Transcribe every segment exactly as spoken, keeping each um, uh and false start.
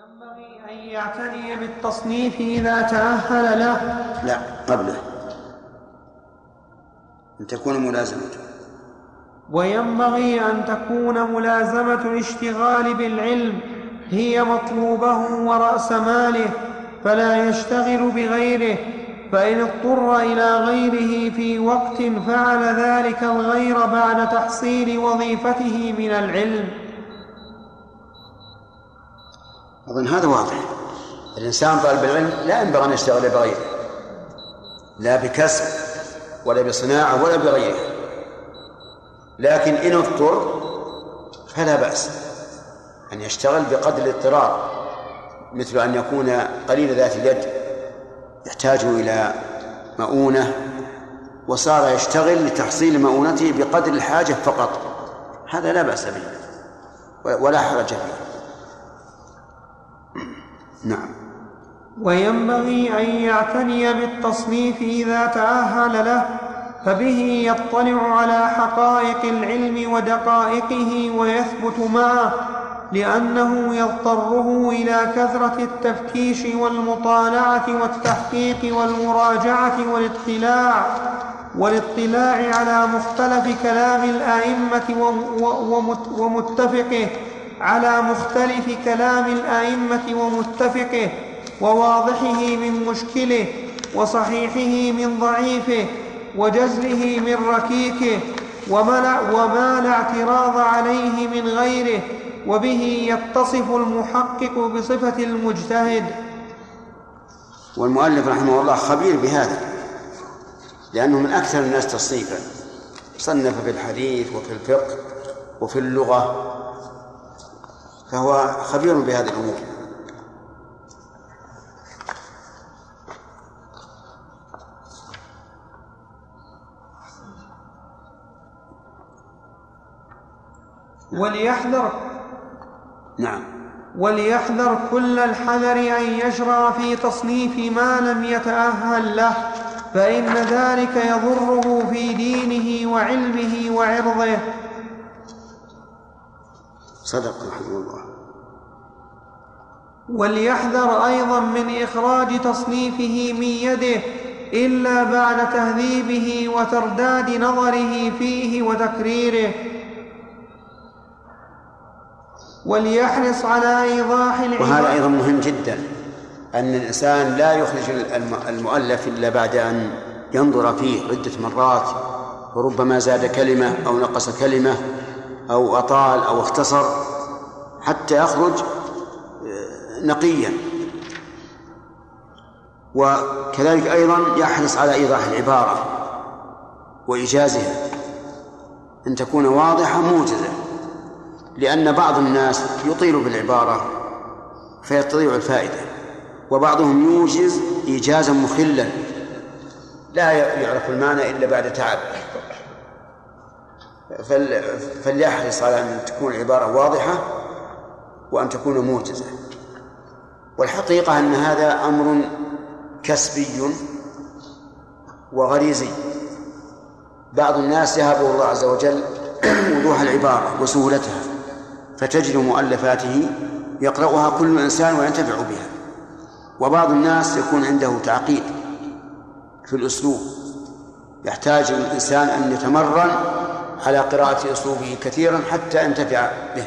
وينبغي أن يعتني بالتصنيف إذا تأهل له. لا، قبله أن تكون ملازمته. وينبغي أن تكون ملازمة الاشتغال بالعلم هي مطلوبه ورأس ماله، فلا يشتغل بغيره، فإن اضطر إلى غيره في وقت فعل ذلك الغير بعد تحصيل وظيفته من العلم. أظن هذا واضح. الإنسان طالب العلم لا ينبغي أن يشتغل بغيره، لا بكسب ولا بصناعة ولا بغيره، لكن إن اضطر فلا بأس أن يشتغل بقدر الاضطرار، مثل أن يكون قليل ذات اليد يحتاج إلى مؤونة وصار يشتغل لتحصيل مؤونته بقدر الحاجة فقط، هذا لا بأس به ولا حرج فيه. نعم. وينبغي أن يعتني بالتصنيف إذا تأهل له، فبه يطلع على حقائق العلم ودقائقه ويثبت معه، لأنه يضطره إلى كثرة التفتيش والمطالعة والتحقيق والمراجعة والاطلاع والاطلاع على مختلف كلام الأئمة ومتفقه على مختلف كلام الأئمة ومتفقه وواضحه من مشكله وصحيحه من ضعيفه وجزله من ركيكه وما لا اعتراض عليه من غيره، وبه يتصف المحقق بصفة المجتهد. والمؤلف رحمه الله خبير بهذا، لأنه من أكثر الناس تصنيفا، صنف في الحديث وفي الفقه وفي اللغة، فهو خبير بهذه الأمور. وليحذر نعم وليحذر كل الحذر أن يشرع في تصنيف ما لم يتأهل له، فإن ذلك يضره في دينه وعلمه وعرضه. صدق رحمه الله. وليحذر أيضا من إخراج تصنيفه من يده إلا بعد تهذيبه وترداد نظره فيه وتكريره. وليحرص على إيضاح العبارة. وهذا أيضا مهم جدا، أن الإنسان لا يخرج المؤلف إلا بعد أن ينظر فيه عدة مرات، وربما زاد كلمة أو نقص كلمة أو أطال أو اختصر حتى يخرج نقيا. وكذلك أيضا يحرص على إيضاح العبارة وإيجازها، أن تكون واضحة موجزة، لأن بعض الناس يطيل بالعبارة فيضيع الفائدة، وبعضهم يوجز إيجازا مخلا لا يعرف المعنى إلا بعد تعب. فليحرص على أن تكون العبارة واضحة وأن تكون موجزة. والحقيقة أن هذا أمر كسبي وغريزي. بعض الناس يهبه الله عز وجل وضوح العبارة وسهولتها، فتجد مؤلفاته يقرأها كل إنسان وينتفع بها. وبعض الناس يكون عنده تعقيد في الأسلوب، يحتاج الإنسان أن يتمرن على قراءة أسلوبه كثيرا حتى ينتفع به.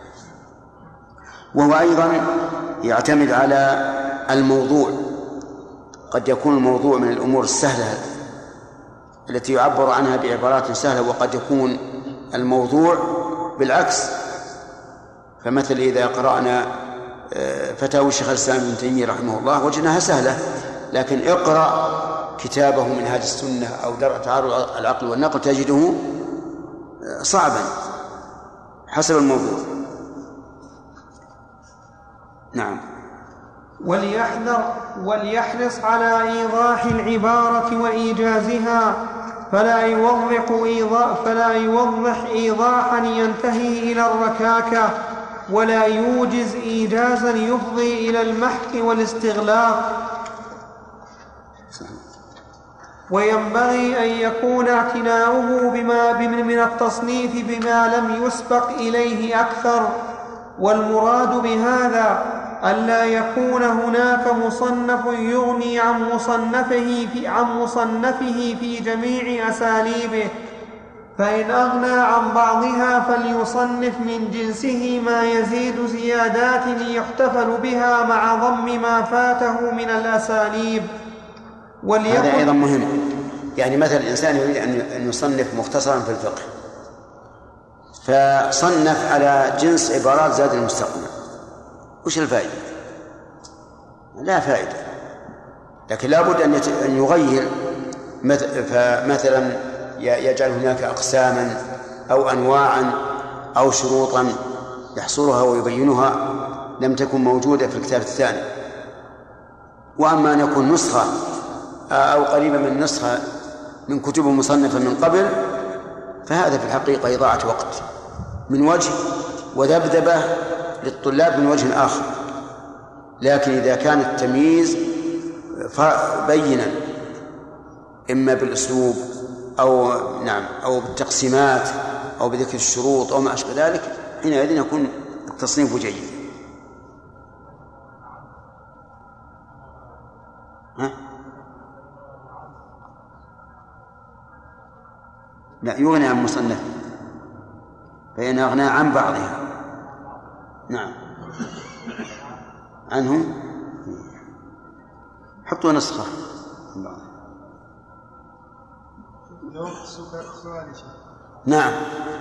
وهو أيضا يعتمد على الموضوع، قد يكون الموضوع من الأمور السهلة التي يعبر عنها بعبارات سهلة، وقد يكون الموضوع بالعكس. فمثل إذا قرأنا فتاوى الشيخ الإسلام ابن تيمية رحمه الله وجدناها سهلة، لكن اقرأ كتابه منهاج السنة أو درء تعارض العقل والنقل تجده صعبا حسب الموضوع. نعم. وليحذر وليحرص على إيضاح العبارة وإيجازها، فلا يوضح إيضاح فلا يوضح إيضاحا ينتهي إلى الركاكة، ولا يوجز إيجازا يفضي إلى المحك والاستغلاق. وينبغي أن يكون اعتناؤه بما من التصنيف بما لم يسبق إليه أكثر. والمراد بهذا ألا يكون هناك مصنف يغني عن مصنفه في, عن مصنفه في جميع أساليبه، فإن أغنى عن بعضها فليصنف من جنسه ما يزيد زيادات يحتفل بها مع ضم ما فاته من الأساليب. هذا أيضا مهم. يعني مثلا الإنسان يريد أن يصنف مختصرا في الفقه، فصنف على جنس عبارات زاد المستقنع، وش الفائدة؟ لا فائدة. لكن لا بد أن يغير، فمثلا يجعل هناك أقساما أو أنواعا أو شروطا يحصرها ويبينها لم تكن موجودة في الكتاب الثاني. وأما أن يكون نسخة أو قريبة من نسخة من كتب مصنفة من قبل، فهذا في الحقيقة إضاعة وقت من وجه، وذبذبة للطلاب من وجه آخر. لكن إذا كان التمييز بينا إما بالأسلوب أو نعم أو بالتقسيمات أو بذكر الشروط أو ما أشبه ذلك، حينئذ يكون التصنيف جيد. ها؟ لا، يغني عن مصنف فإن أغنى عن بعضها. نعم عنه حطوا نسخة. نعم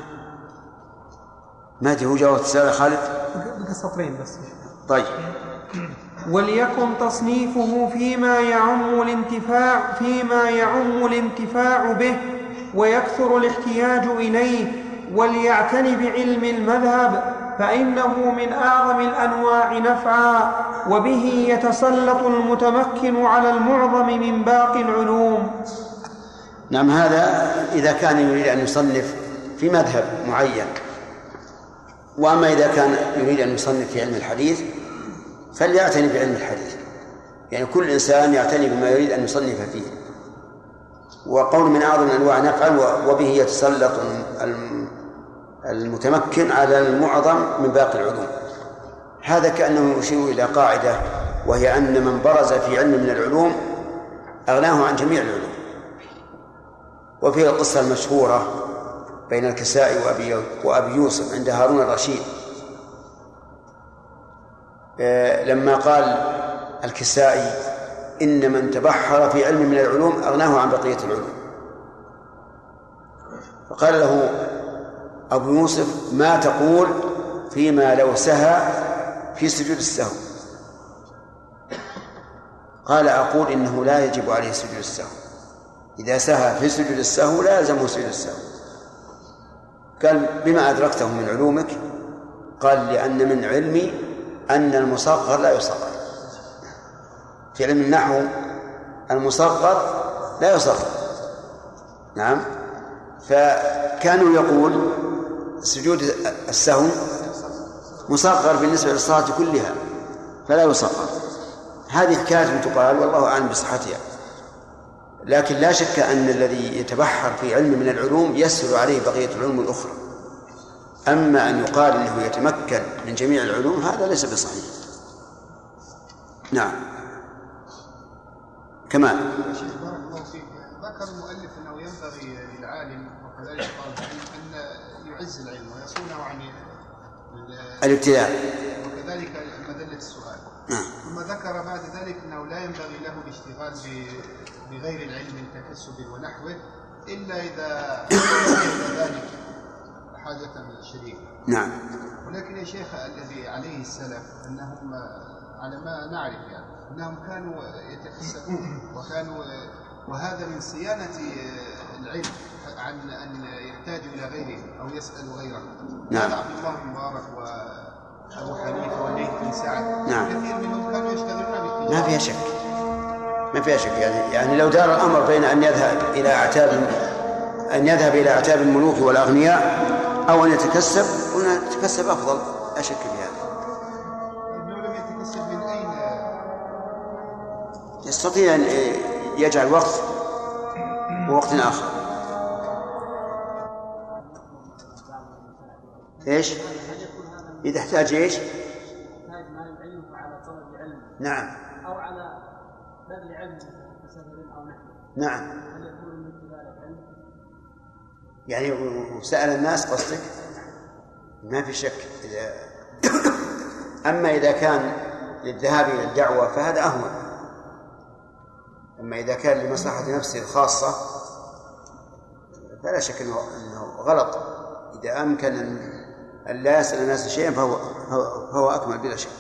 ما هو جواب السؤال خالد؟ بقى سطرين بس. طيب. وليكن تصنيفه فيما يعم الانتفاع فيما يعم الانتفاع به ويكثر الاحتياج إليه، وليعتني بعلم المذهب فإنه من أعظم الأنواع نفعا، وبه يتسلط المتمكن على المعظم من باقي العلوم. نعم، هذا إذا كان يريد أن يصنف في مذهب معين. وأما إذا كان يريد أن يصنف في علم الحديث فليعتني بعلم الحديث، يعني كل إنسان يعتني بما يريد أن يصنف فيه. وقول من أعظم الأنواع نفعا وبه يتسلط المتمكن على المعظم من باقي العلوم، هذا كأنه يشير إلى قاعدة، وهي أن من برز في علم من العلوم أغناه عن جميع العلوم. وفي القصة المشهورة بين الكسائي وأبي, وأبي يوسف عند هارون الرشيد، لما قال الكسائي إن من تبحر في علم من العلوم أغناه عن بقية العلوم، فقال له أبو يوسف ما تقول فيما لو سهى في سجود السهو؟ قال أقول إنه لا يجب عليه سجود السهو، إذا سهى في سجود السهو لا يلزمه سجود السهو. قال بما أدركته من علومك؟ قال لأن من علمي أن المصغر لا يصغر. في علم النحو المصغر لا يصغر. نعم، فكانوا يقول سجود السهو مصغر بالنسبة للصلاة كلها فلا يصغر. هذه حكاية تقال والله أعلم بصحتها، لكن لا شك أن الذي يتبحر في علم من العلوم يسهل عليه بقية العلوم الأخرى. أما أن يقال أنه يتمكن من جميع العلوم هذا ليس بصحيح. نعم كمان بارك الله فيك. ذكر المؤلف أنه ينبغي للعالم وكذلك طالب العلم أن يعز العلم ويصونه عن الابتلاء وكذلك مذلة السؤال. نعم. ثم ذكر بعد ذلك أنه لا ينبغي له الاشتغال بغير العلم من تكسب ونحوه إلا إذا كان ذلك حاجة شديدة. نعم. ولكن يا شيخ الذي عليه السلف أنهم على ما نعرف يعني أنهم كانوا يتكسبون وكانوا، وهذا من صيانة العلم عن أن يحتاجوا إلى غيره أو يسألوا غيره. نعم. عبد الله بن مبارك وأبو حنيفة والليث بن سعد نعم. كثير منهم كانوا يشتغلون بالتجارة. ما فيها شك، ما فيها شك. يعني يعني لو دار الأمر بين أن يذهب إلى أعتاب أن يذهب إلى أعتاب الملوك والأغنياء أو أن يتكسب، قلنا يتكسب أفضل، لا شك في هذا. إنه لم يتكسب من أين؟ يستطيع أن يجعل وقت ووقت آخر. إيش؟ إذا احتاج إيش؟ طلب العلم نعم أو على بذل علم بسبب أو نحو نعم هل يكون مثل ذلك علم؟ يعني وسأل الناس قصدك؟ ما في شك. أما إذا كان للذهاب إلى الدعوة فهذا أهون. أما إذا كان لمصلحة نفسه الخاصة فلا شك أنه غلط. إذا أمكن أن لا يسأل الناس شيئا فهو, فهو أكمل بلا شك.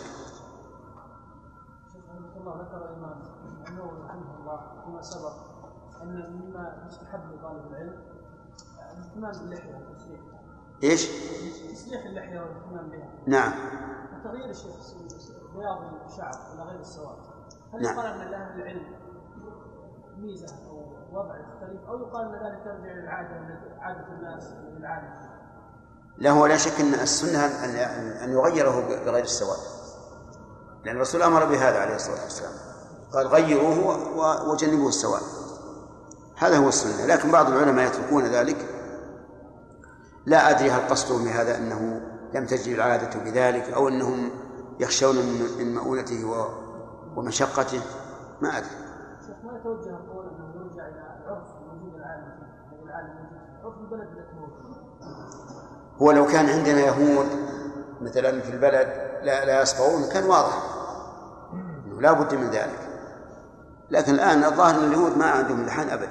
الله ذكر الإمام أنه رحمه الله فيما سبق أن مما يستحب لطالب العلم الاهتمام باللحية والتسليح. إيش؟ تسليح اللحية والاهتمام بها. نعم. وتغيير الشيخ بياض الشعر إلى غير السواد. هل نعم. يقال أن لأهل العلم ميزة أو وضع يختلف أو يقال أن ذلك ترجع للعادة عادة الناس للعادة؟ لا، هو لا شك أن السنة أن يغيره بغير السواد، لأن الرسول أمر بهذا عليه الصلاة والسلام، قال غيروه وجنبوه السواد، هذا هو السنة. لكن بعض العلماء يتركون ذلك، لا أدري هل قصدهم بهذا أنه لم تجري العادة بذلك أو أنهم يخشون من مؤونته ومشقته، ما أدري. شيخ ما يتوجه القول أنه يرجع إلى العرف موجود العالم فيه، العالم موجود عرف البلد التي موجود. هو لو كان عندنا يهود مثلا في البلد لا لا يصفون كان واضح لا بد من ذلك، لكن الآن الظاهر أن اليهود ما عندهم لحن أبد.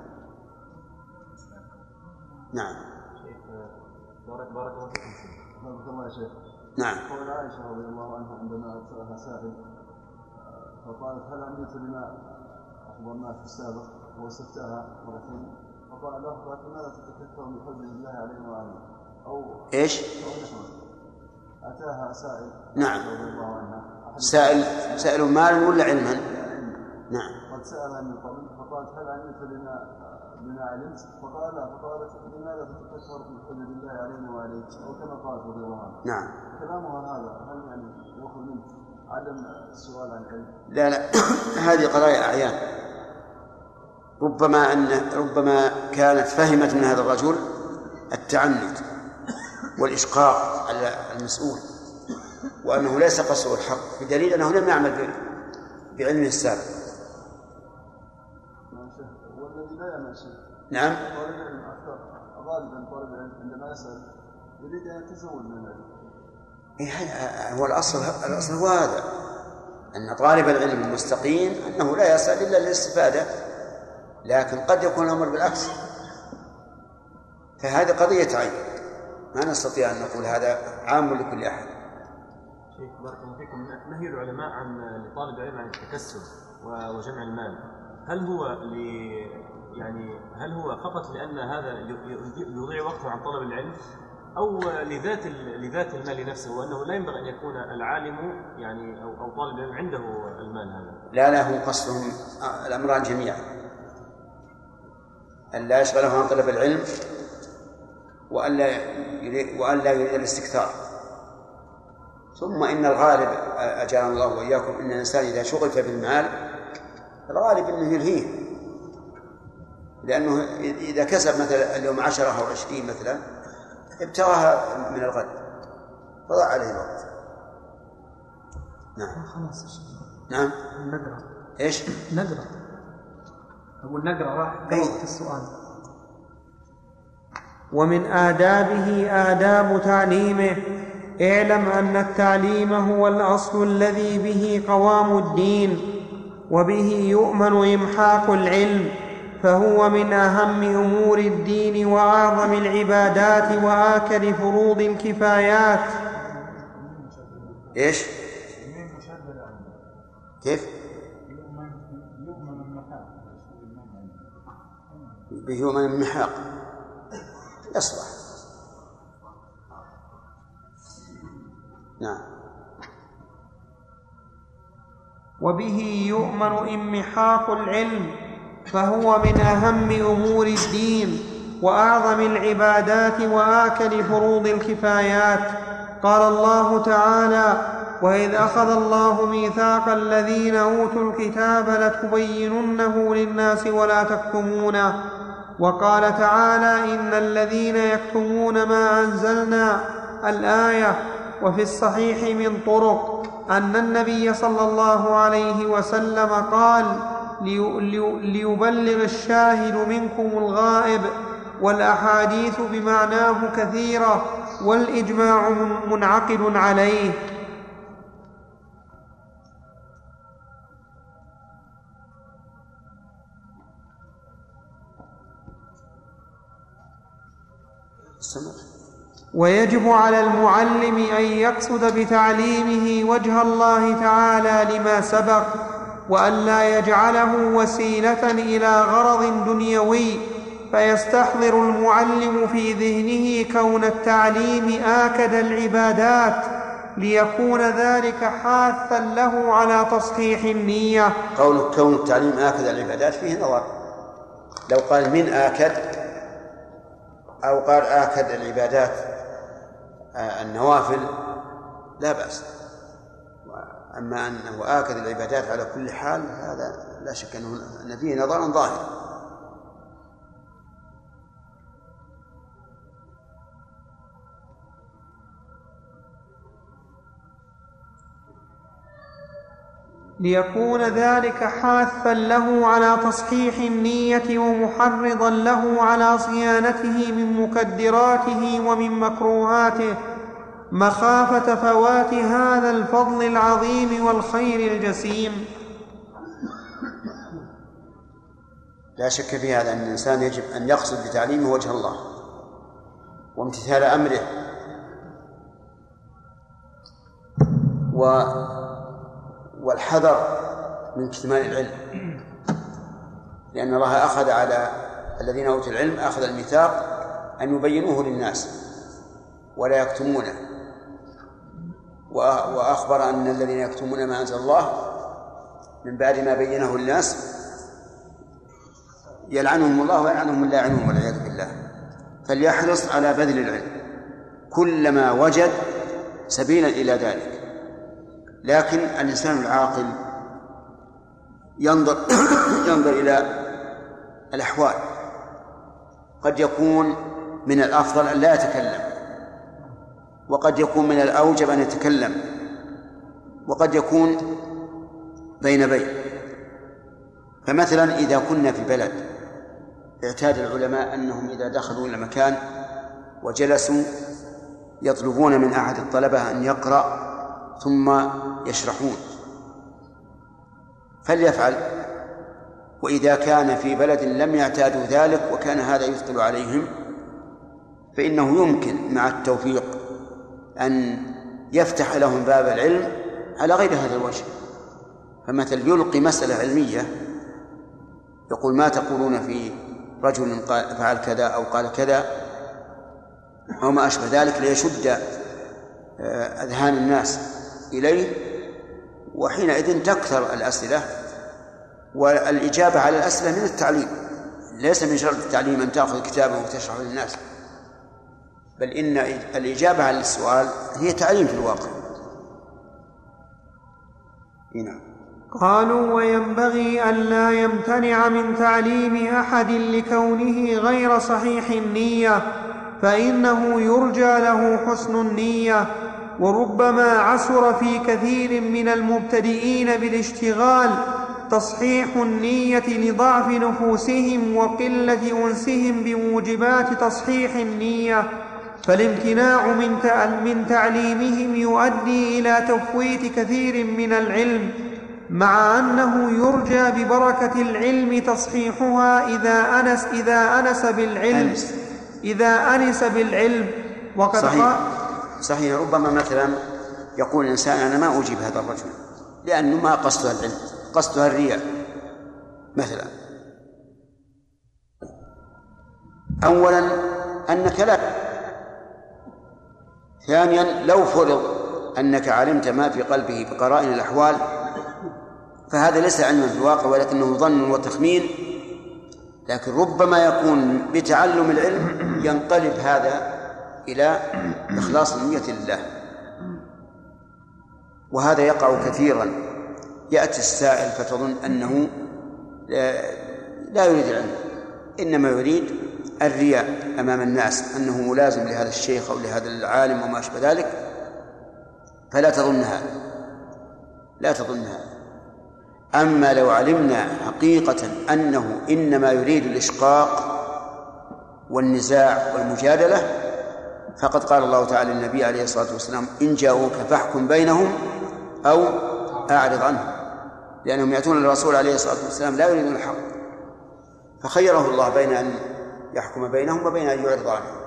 نعم. بارك بارك الله فيكم. بارك الله يا شيخ. نعم. قول عائشة رضي الله عنها عندما سألها سائل فقالت هل عملت بما أخبرناك في السابق واستفتاها مرتين فقال له قالت لماذا تتكثر من حجة الله علينا وعلينا أو إيش؟ أتاها سائل. نعم. رضي الله عنها. سائل سائل مالا ولا علما؟ نعم. قد سألها من قبل فقالت هل عملت بما بما علمت فقال لا فقالت لماذا تتكثر من حجة الله علينا وعليك أو كما قالت رضي الله عنها. نعم. كلامها هذا هل يعني يأخذ منه عدم السؤال عن العلم؟ لا لا هذه قضايا أعيان. ربما أن ربما كانت فهمت من هذا الرجل التعنت والإشقاق على المسؤول وأنه ليس قصده الحق، بدليل أنه لم يعمل بعلمه السابق. والذي لا يعمل شيء. نعم. طالب العلم أكثر غالبا طالب العلم عندما يسأل يريد أن يتزود من العلم. هو الأصل الأصل هو هذا، أن طالب العلم المستقيم أنه لا يسأل إلا للاستفادة، لكن قد يكون الأمر بالعكس، فهذه قضية عين ما نستطيع أن نقول هذا عام لكل أحد. شيخ بارك الله فيكم، نهي العلماء عن لطالب العلم عن التكسب وجمع المال، هل هو ل يعني هل هو فقط لأن هذا يضيع وقته عن طلب العلم أو لذات لذات المال نفسه، وأنه لا ينبغي أن يكون العالم يعني أو أو طالب العلم عنده المال هذا؟ لا لا هم قصدهم الأمران جميعا، أن لا يشغله عن طلب العلم وأن لا وأن لا يريد الاستكثار. ثم إن الغالب أجارنا الله وإياكم إن الإنسان إذا شغل بالمال الغالب أنه يلهيه، لأنه إذا كسب مثلا اليوم عشرة أو عشرين مثلا ابتغاها من الغد فضع عليه الوقت. نعم. خلاص. نعم. النقرة. إيش؟ نقرة. أقول نقرة راح في السؤال. ومن آدابه آداب تعليمه. اعلم أن التعليم هو الأصل الذي به قوام الدين، وبه يؤمن إمحاق العلم، فهو من أهم أمور الدين وأعظم العبادات وآكد فروض الكفايات. إيش؟ كيف؟ به يؤمن المحاق يصلح. نعم. وبه يؤمن إمحاق العلم، فهو من أهم أمور الدين وأعظم العبادات وآكد فروض الكفايات. قال الله تعالى: وإذ أخذ الله ميثاق الذين أوتوا الكتاب لتبيننه للناس ولا تكتمونه. وقال تعالى: إن الذين يكتمون ما أنزلنا الآية. وفي الصحيح من طرق أن النبي صلى الله عليه وسلم قال: ليبلغ الشاهد منكم الغائب. والأحاديث بمعناه كثيرة، والإجماع منعقد عليه. ويجب على المعلم أن يقصد بتعليمه وجه الله تعالى لما سبق، وأن لا يجعله وسيلة إلى غرض دنيوي، فيستحضر المعلم في ذهنه كون التعليم آكد العبادات، ليكون ذلك حاثا له على تصحيح النية. قول كون التعليم آكد العبادات فيه نظر. لو قال من آكد أو قال آكد العبادات النوافل لا بأس، أما أنه آكد العبادات على كل حال هذا لا شك أنه فيه نظر ظاهر. ليكون ذلك حاثا له على تصحيح النية ومحرضا له على صيانته من مكدراته ومن مكروهاته، مخافة فوات هذا الفضل العظيم والخير الجسيم. لا شك في هذا أن الإنسان يجب أن يقصد بتعليمه وجه الله وامتثال أمره، و والحذر من كتمان العلم، لأن الله أخذ على الذين أوتوا العلم أخذ الميثاق أن يبينوه للناس ولا يكتمونه، وأخبر أن الذين يكتمون ما أنزل الله من بعد ما بينه للناس يلعنهم الله ويلعنهم اللاعنون والعياذ بالله. فليحرص على بذل العلم كلما وجد سبيلا إلى ذلك. لكن الإنسان العاقل ينظر ينظر إلى الأحوال. قد يكون من الأفضل أن لا يتكلم، وقد يكون من الأوجب أن يتكلم، وقد يكون بين بين. فمثلا إذا كنا في بلد اعتاد العلماء أنهم إذا دخلوا إلى مكان وجلسوا يطلبون من أحد الطلبة أن يقرأ ثم يشرحون، فليفعل. وإذا كان في بلد لم يعتادوا ذلك وكان هذا يثقل عليهم فإنه يمكن مع التوفيق أن يفتح لهم باب العلم على غير هذا الوجه. فمثل يلقي مسألة علمية يقول: ما تقولون في رجل فعل كذا أو قال كذا أو ما أشبه ذلك، ليشد أذهان الناس إليه، وحينئذ تكثر الأسئلة. والإجابة على الأسئلة من التعليم، ليس من شرط التعليم أن تأخذ كتابا وتشرحه للناس، بل إن الإجابة على السؤال هي تعليم في الواقع. هنا قالوا: وينبغي أن لا يمتنع من تعليم أحد لكونه غير صحيح النية، فإنه يرجى له حسن النية. وربما عسر في كثير من المبتدئين بالاشتغال تصحيح النية لضعف نفوسهم وقلة أنسهم بموجبات تصحيح النية، فالامتناع من تعليمهم يؤدي إلى تفويت كثير من العلم، مع أنه يرجى ببركة العلم تصحيحها إذا أنس إذا أنس بالعلم إذا أنس بالعلم. وقد صحيح. صحيح. ربما مثلا يقول الإنسان: أنا ما أجيب هذا الرجل لأنه ما قصدها العلم، قصدها الرياء مثلا. أولا أنك لا. ثانيا لو فرض أنك علمت ما في قلبه بقرائن الأحوال فهذا ليس علما في الواقع ولكنه ظن وتخمين، لكن ربما يكون بتعلم العلم ينقلب هذا إلى إخلاص النية لله. وهذا يقع كثيرا، يأتي السائل فتظن أنه لا يريد العلم، إنما يريد الرياء أمام الناس أنه ملازم لهذا الشيخ أو لهذا العالم وما أشبه ذلك، فلا تظن هذا، لا تظن هذا. أما لو علمنا حقيقة أنه إنما يريد الإشقاق والنزاع والمجادلة فقد قال الله تعالى للنبي عليه الصلاة والسلام إن جاءوك فاحكم بينهم أو أعرض عنهم، لأنهم يأتون الرسول عليه الصلاة والسلام لا يريدون الحق، فخيره الله بين أن يحكم بينهم وبين أن يعرض عنهم.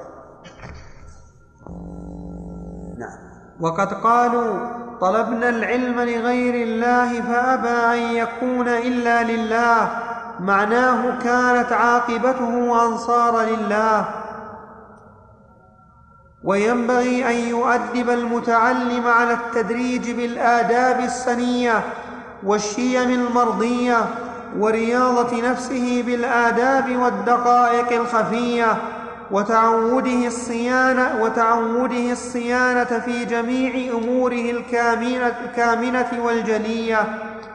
نعم. وقد قالوا طلبنا العلم لغير الله فأبى أن يكون إلا لله، معناه كانت عاقبته أنصار لله. وينبغي أن يؤدب المتعلم على التدريج بالآداب السنية والشيم المرضية، ورياضة نفسه بالآداب والدقائق الخفية، وتعوده الصيانة, وتعوده الصيانة في جميع أموره الكامنة والجلية.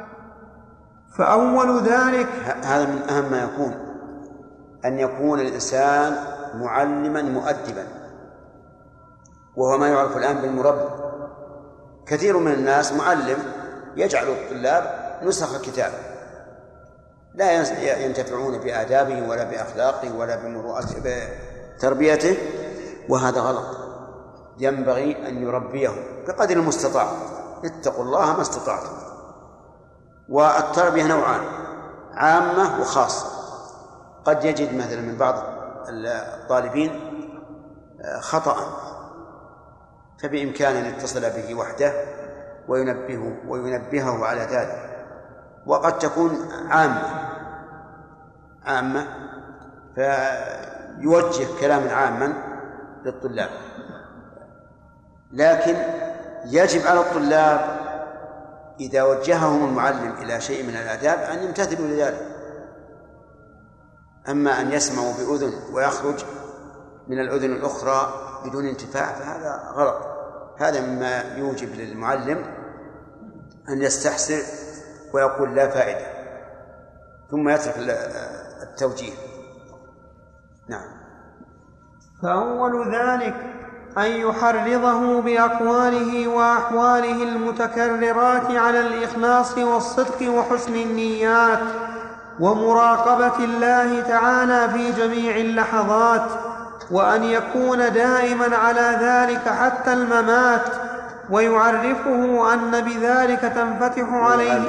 فأول ذلك هذا من أهم ما يكون، أن يكون الإنسان معلما مؤدبا، وهو ما يعرف الآن بالمربي. كثير من الناس معلم يجعل الطلاب نسخ كتاب لا ينتفعون بآدابه ولا بأخلاقه ولا بمروءته بتربيته، وهذا غلط. ينبغي أن يربيهم بقدر المستطاع. اتقوا الله ما استطعتم. والتربية نوعان، عامة وخاصة. قد يجد مثلا من بعض الطالبين خطأ فبإمكانه أن يتصل به وحده وينبهه وينبهه على ذلك. وقد تكون عامة عامة فيوجه كلاما عاما للطلاب، لكن يجب على الطلاب إذا وجههم المعلم إلى شيء من الآداب أن يمتثلوا لذلك. أما أن يسمعوا بأذن ويخرج من الأذن الأخرى بدون انتفاع فهذا غلط. هذا مما يوجب للمعلم أن يستحسر ويقول لا فائدة ثم يترك التوجيه. نعم. فأول ذلك أن يحرضه بأقواله وأحواله المتكررات على الإخلاص والصدق وحسن النيات ومراقبة الله تعالى في جميع اللحظات، وأن يكون دائما على ذلك حتى الممات، ويعرفه أن بذلك تنفتح عليه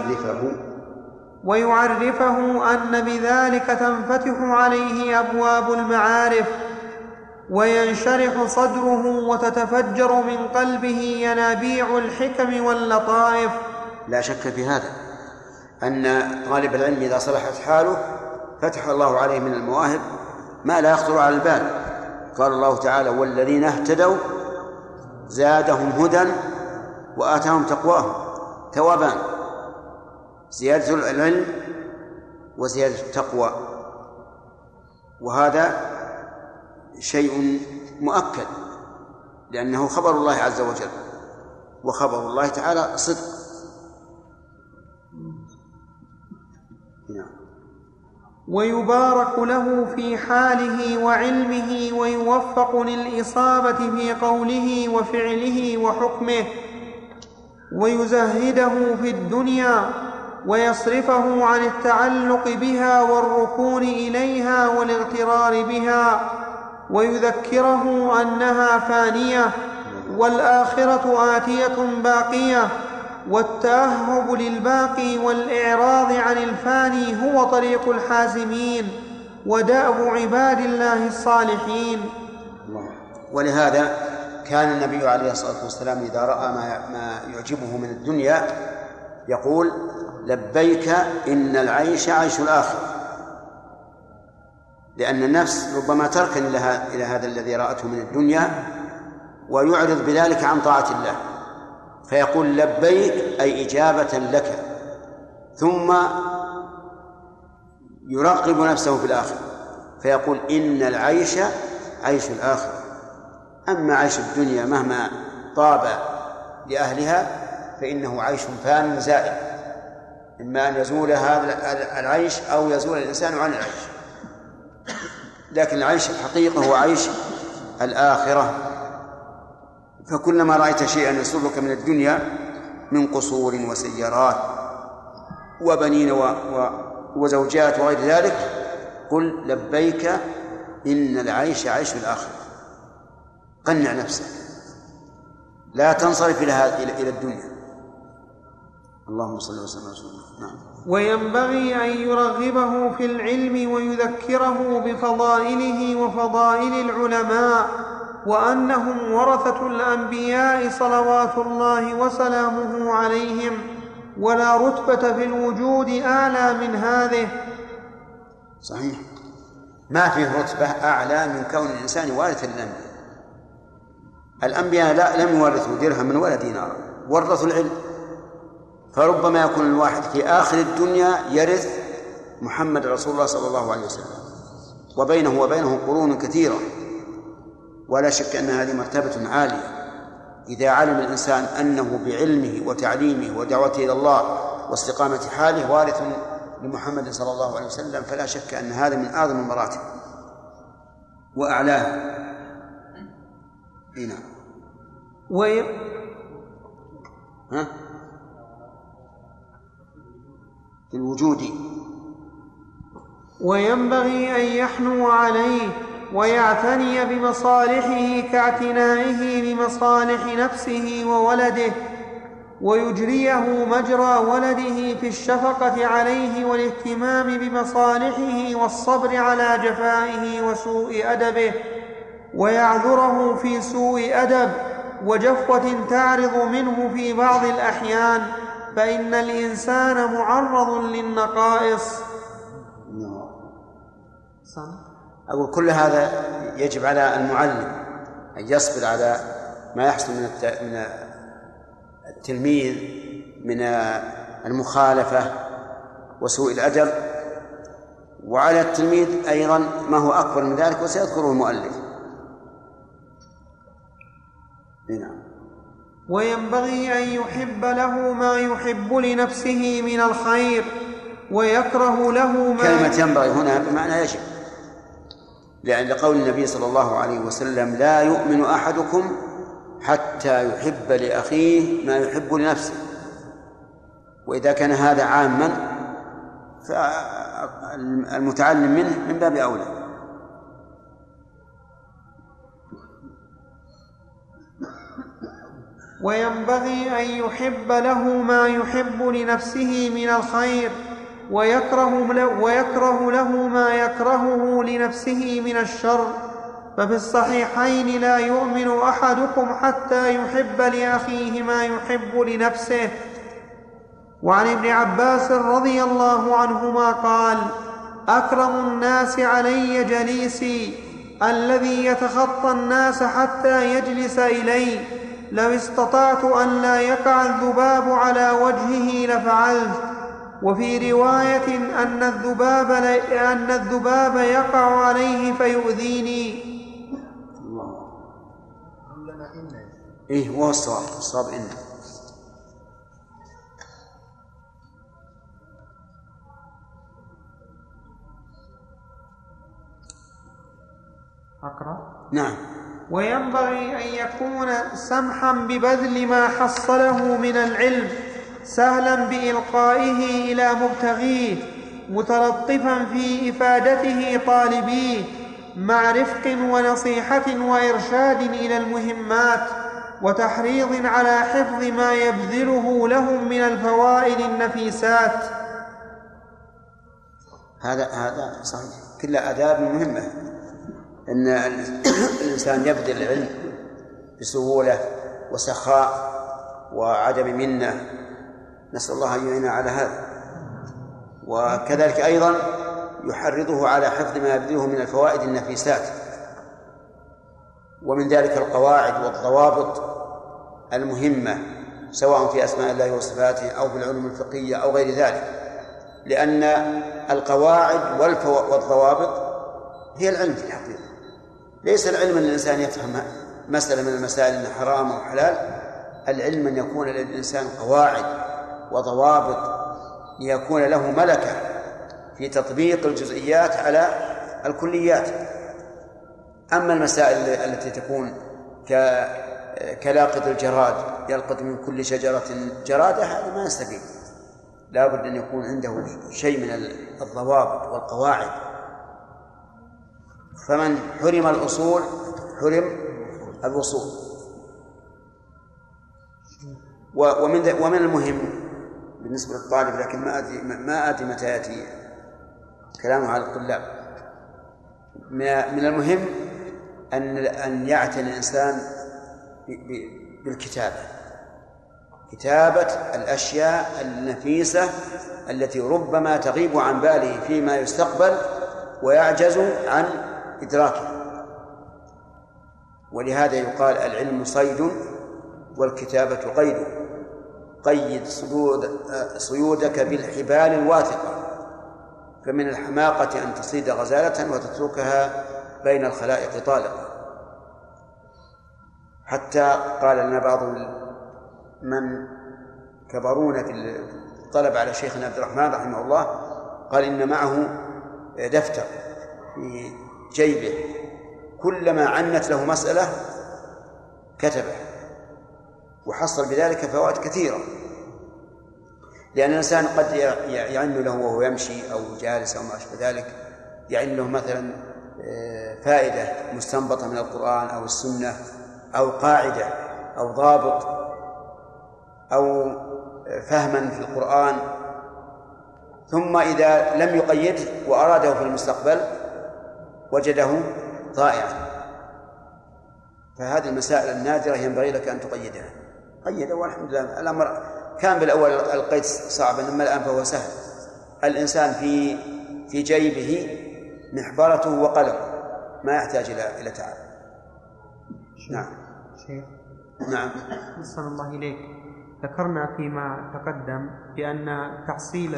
ويعرفه أن بذلك تنفتح عليه أبواب المعارف وينشرح صدره وتتفجر من قلبه ينابيع الحكم واللطائف. لا شك في هذا أن طالب العلم إذا صلحت حاله فتح الله عليه من المواهب ما لا يخطر على البال. قال الله تعالى والذين اهتدوا زادهم هدى وآتاهم تقواهم. ثوابان، زيادة العلم وزيادة التقوى، وهذا شيء مؤكد لأنه خبر الله عز وجل، وخبر الله تعالى صدق. ويبارك له في حاله وعلمه ويوفق للإصابة في قوله وفعله وحكمه، ويزهده في الدنيا ويصرفه عن التعلق بها والركون إليها والاغترار بها، ويذكره أنها فانية والآخرة آتية باقية، والتأهب للباقي والإعراض عن الفاني هو طريق الحازمين ودأب عباد الله الصالحين. ولهذا كان النبي عليه الصلاة والسلام إذا رأى ما يعجبه من الدنيا يقول لبيك إن العيش عيش الآخرة، لأن النفس ربما تركن إلى هذا الذي رأته من الدنيا ويعرض بذلك عن طاعة الله، فيقول لبيك أي إجابة لك، ثم يرقب نفسه في الآخرة فيقول إن العيش عيش الآخرة. أما عيش الدنيا مهما طاب لأهلها فإنه عيش فان زائل، إما أن يزول هذا العيش أو يزول الإنسان عن العيش، لكن العيش الحقيقة هو عيش الآخرة. فكلما رأيت شيئا يسرك من الدنيا من قصور وسيارات وبنين و... و... وزوجات وغير ذلك، قل لبيك إن العيش عيش الآخرة. قنع نفسك، لا تنصرف إلى إلى الدنيا. اللهم صل وسلم على رسول الله. نعم. وينبغي أن يرغبه في العلم ويذكره بفضائله وفضائل العلماء، وأنهم ورثة الأنبياء صلوات الله وسلامه عليهم، ولا رتبة في الوجود أعلى من هذه. صحيح، ما فيه رتبة أعلى من كون الإنسان وارثا للأنبياء. الأنبياء لا لم يورثوا درهما ولا دينارا، ورثوا العلم. فربما يكون الواحد في آخر الدنيا يرث محمد رسول الله صلى الله عليه وسلم، وبينه وبينه قرون كثيرة، ولا شك أن هذه مرتبة عالية. إذا علم الإنسان أنه بعلمه وتعليمه ودعوته إلى الله واستقامة حاله وارث لمحمد صلى الله عليه وسلم، فلا شك أن هذا من أعظم المراتب وأعلاها. هنا وي... ها؟ في الوجود. وينبغي أن يحنو عليه ويعتني بمصالحه كاعتنائه بمصالح نفسه وولده، ويجريه مجرى ولده في الشفقة عليه والاهتمام بمصالحه والصبر على جفائه وسوء أدبه، ويعذره في سوء أدب وجفوة تعرض منه في بعض الأحيان، فإن الإنسان معرض للنقائص. أقول كل هذا يجب على المعلم أن يصبر على ما يحصل من التلميذ من المخالفة وسوء الأدب، وعلى التلميذ أيضا ما هو أكبر من ذلك وسيذكره المؤلف. نعم. وينبغي أن يحب له ما يحب لنفسه من الخير ويكره له ما كلمة ينبغي هنا بمعنى يجب، لأن لقول النبي صلى الله عليه وسلم لا يؤمن أحدكم حتى يحب لأخيه ما يحب لنفسه. وإذا كان هذا عاما فالمتعلم منه من باب أولى. وينبغي أن يحب له ما يحب لنفسه من الخير ويكره له, ويكره له ما يكرهه لنفسه من الشر. ففي الصحيحين لا يؤمن أحدكم حتى يحب لأخيه ما يحب لنفسه. وعن ابن عباس رضي الله عنهما قال: أكرم الناس علي جليسي الذي يتخطى الناس حتى يجلس إلي، لو استطعت أن لا يقع الذباب على وجهه لفعلت. وفي رواية أن الذباب, أن الذباب يقع عليه فيؤذيني. إيه هو الصواب، الصواب إنه أقرأ؟ نعم. وينبغي أن يكون سمحا ببذل ما حصله من العلم، سهلا بإلقائه إلى مبتغيه، متلطفا في إفادته طالبيه، مع رفق ونصيحة وإرشاد إلى المهمات، وتحريض على حفظ ما يبذله لهم من الفوائد النفيسات. هذا هذا صحيح، كل آداب مهمة. أن الإنسان يبذل العلم بسهولة وسخاء وعدم منة، نسأل الله أن يعيننا على هذا. وكذلك أيضا يحرضه على حفظ ما يبذله من الفوائد النفيسات، ومن ذلك القواعد والضوابط المهمة سواء في أسماء الله وصفاته أو في العلوم الفقهية أو غير ذلك، لأن القواعد والضوابط هي العلم في الحقيقة. ليس العلم أن الإنسان يفهم مسألة من المسائل أنها حرام أو حلال، العلم أن يكون للإنسان قواعد وضوابط ليكون له ملكة في تطبيق الجزئيات على الكليات. أما المسائل التي تكون كلاقط الجراد يلقط من كل شجرة جرادة، هذا ما يستفيد. لا بد أن يكون عنده شيء من الضوابط والقواعد. فمن حرم الأصول حرم الوصول. ومن ومن المهم بالنسبة للطالب، لكن ما أدري ما أدري متى يأتي كلامه على الطلاب، من المهم أن أن يعتني الإنسان بالكتابة، كتابة الأشياء النفيسة التي ربما تغيب عن باله فيما يستقبل ويعجز عن إدراكها. ولهذا يقال العلم صيد والكتابة قيد، قيد صيود صيودك بالحبال الواثقة، فمن الحماقة أن تصيد غزالة وتتركها بين الخلائق طالقة. حتى قال لنا بعض من كبرونا في الطلب على شيخنا عبد الرحمن رحمه الله، قال إن معه دفتر في جيبه كلما عنت له مسألة كتبه، وحصل بذلك فوائد كثيرة. لأن الإنسان قد يعن له وهو يمشي أو جالس أو ما أشبه ذلك، يعن له مثلا فائدة مستنبطة من القرآن أو السنة أو قاعدة أو ضابط أو فهما في القرآن، ثم إذا لم يقيده وأراده في المستقبل وجده ضائعا. فهذه المسائل النادرة ينبغي لك أن تقيدها. قيده والحمد لله. الأمر كان بالأول القيد صعبا، أما الآن فهو سهل. الإنسان في في جيبه محبرته وقلم، ما يحتاج إلى إلى تعب. نعم. شيخ. نعم. أحسن الله إليك. ذكرنا فيما تقدم بأن تحصيل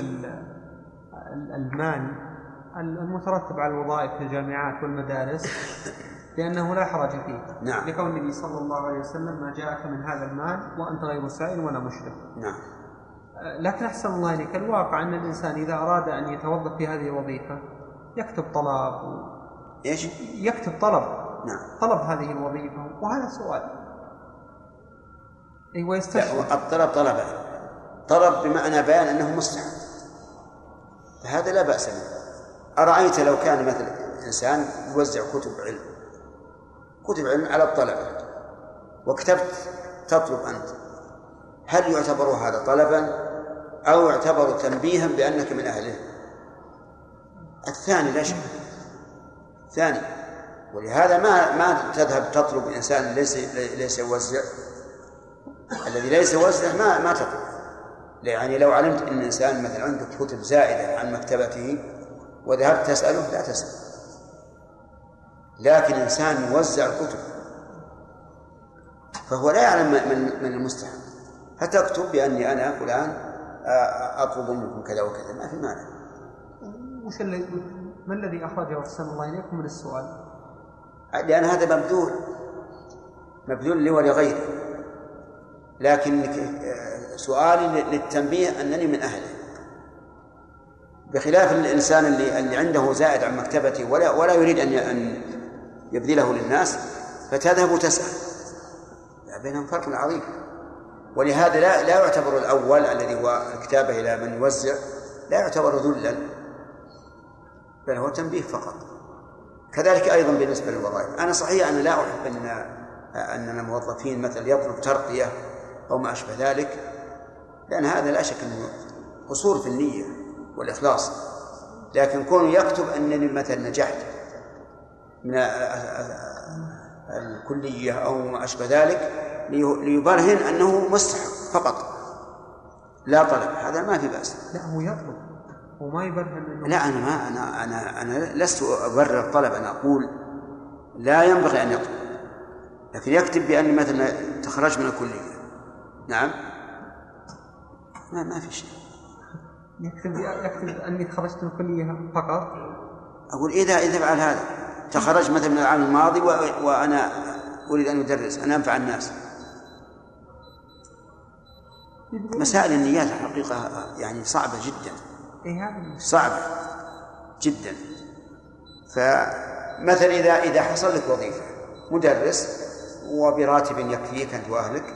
المال المترتب على الوظائف في الجامعات والمدارس لأنه لا حرج فيه. نعم. لقول النبي صلى الله عليه وسلم ما جاءك من هذا المال وأنت غير سائل ولا مشرف. نعم. لكن أحسن الله إليك، الواقع أن الإنسان إذا أراد أن يتوظف في هذه الوظيفة يكتب طلب و... إيش؟ يكتب طلب. نعم. طلب هذه الوظيفة، وهذا سؤال. أيوة يستشعر. الطلب طلبه طلب بمعنى بيان أنه مستحب، فهذا لا بأس به. أرأيت لو كان مثل إنسان يوزع كتب علم كتب علم على الطلبة وكتبت تطلب أنت، هل يعتبر هذا طلبا أو يعتبر تنبيها بأنك من أهله؟ الثاني لا شك، ثاني. ولهذا ما ما تذهب تطلب إنسان ليس ليس يوزع، الذي ليس يوزع ما ما تطلب. يعني لو علمت أن الإنسان مثلا عنده كتب زائدة عن مكتبته وذهبت تسأله لا تسأل. لكن إنسان يوزع الكتب فهو لا يعلم من من المستحب، حتى أكتب بأني أنا فلان أطلب منكم كذا وكذا، ما في مانع. وش اللي ما الذي أخرجه أحسن الله إليكم من السؤال؟ لأن هذا مبذول مبذول لي ولغيره، لكن سؤالي للتنبيه أنني من أهله، بخلاف الإنسان اللي اللي عنده زائد عن مكتبته ولا ولا يريد أن أن يبذله للناس، فتذهب وتسأل. بينهم فرق عظيم. ولهذا لا لا يعتبر الأول الذي هو الكتابة إلى من يوزع لا يعتبر ذلا، بل هو تنبيه فقط. كذلك أيضا بالنسبة للوظائف. أنا صحيح أنا لا أحب أن أننا موظفين مثل يطلب ترقية أو ما أشبه ذلك، لأن هذا لا شك أنه قصور في النية والإخلاص. لكن كونه يكتب أنني مثلا نجحت من الكلية أو ما أشبه ذلك ليبرهن أنه مستحق فقط لا طلب، هذا ما في بأس. لا هو يطلب وما يبرهن أنه لا أنا ما أنا أنا أنا لست أبرر الطلب، أنا أقول لا ينبغي أن يطلب، لكن يكتب بأن مثلا تخرج من الكلية. نعم. ما ما في شيء. يكتب يكتب أني تخرجت من الكلية فقط. أقول إذا إذا فعل هذا تخرج مثلا من العام الماضي وأنا أريد أن أدرس، أنا أنفع الناس. مسائل النيات الحقيقة يعني صعبة جدا، صعبة جدا. فمثلا إذا إذا حصل لك وظيفة مدرس وبراتب يكفيك أنت وأهلك،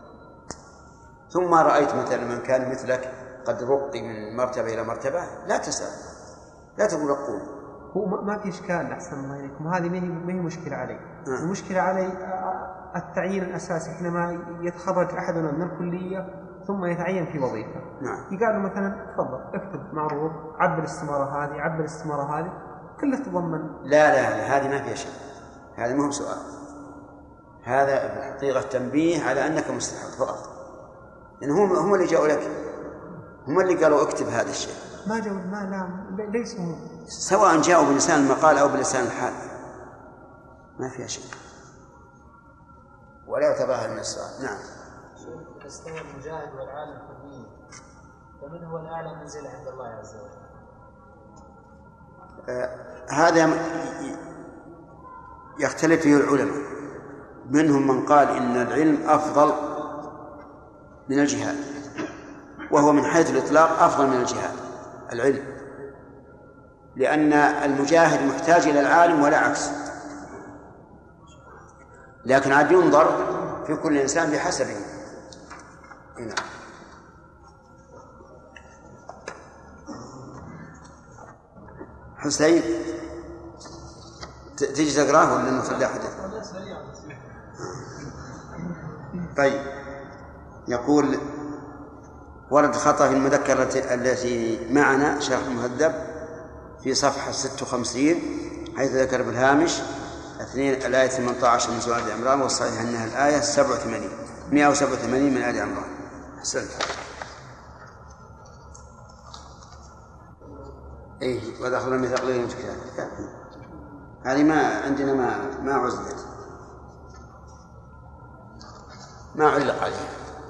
ثم رأيت مثلا من كان مثلك قد رقي من مرتبة إلى مرتبة، لا تسأل، لا تقول أقول. هو ما في إشكال أحسن الله إليكم، هذه ما هي مشكلة علي. آه. المشكلة علي التعيين الأساسي، حينما يتخرج أحدنا من الكلية ثم يتعين في وظيفة. نعم. يقال له مثلا تفضل اكتب معروض، عبر الاستمارة هذه، عبر الاستمارة هذه، كلها تضمن. لا لا لا، هذه ما فيها شيء، هذا مهم سؤال، هذا حقيقة تنبيه على أنك مستحق فقط، لأن هم هم اللي جاءوا لك، هم اللي قالوا اكتب هذا الشيء. ما جاءوا، ما لا ليس هم، سواء جاءوا بلسان المقال أو بلسان الحال، ما فيها شيء، ولا يعتبرها من السؤال. نعم. استوى المجاهد والعالم في الدين، فمن هو الأعلى منزلة عند الله عز وجل؟ آه هذا يختلف فيه العلماء، منهم من قال إن العلم أفضل من الجهاد، وهو من حيث الإطلاق أفضل من الجهاد العلم، لأن المجاهد محتاج إلى العالم ولا عكس، لكن عاد ينظر في كل إنسان بحسبه. هنا حسين تجي تقراه ولا نخلي حدث؟ طيب. يقول ورد خطأ في المذكرة التي معنا شرح المهذب في صفحة ستة وخمسين، حيث ذكر بالهامش اثنين الآية ثمانية عشر من سورة آل عمران، والصحيح أنها الآية سبعة وثمانين مئة وسبعة وثمانين من آل عمران. أحسنت. إيه ودخل مثقلين كتاب، هذه ما عندنا، ما ما عزلت، ما علق عليها.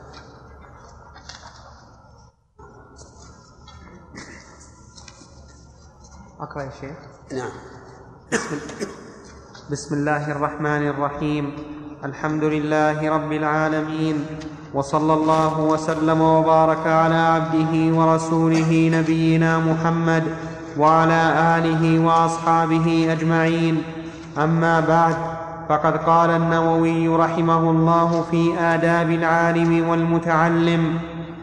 أقرأ يا شيخ؟ نعم. بسم, بسم الله الرحمن الرحيم. الحمد لله رب العالمين، وصلى الله وسلم وبارك على عبده ورسوله نبينا محمد وعلى آله وأصحابه أجمعين. أما بعد، فقد قال النووي رحمه الله في آداب العالم والمتعلم: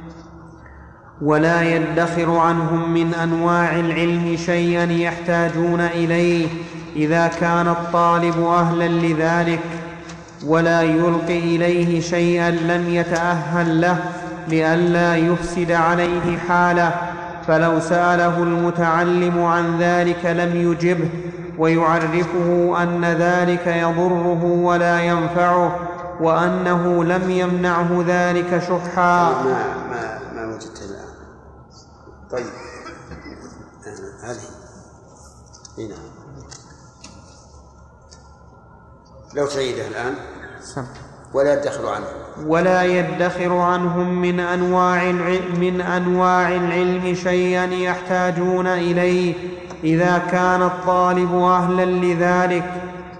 ولا يدخر عنهم من أنواع العلم شيئا يحتاجون إليه إذا كان الطالب أهلا لذلك، ولا يلقي إليه شيئا لم يتأهل له لئلا يفسد عليه حاله، فلو سأله المتعلم عن ذلك لم يجبه، ويعرفه أن ذلك يضره ولا ينفعه، وأنه لم يمنعه ذلك شحا. ما ما ما وجدت الآن. طيب هذه هنا لو تعيدها الآن. سم. ولا يدخر عنهم ولا يدخر عنهم من أنواع من أنواع العلم شيئا يحتاجون إليه إذا كان الطالب أهلا لذلك،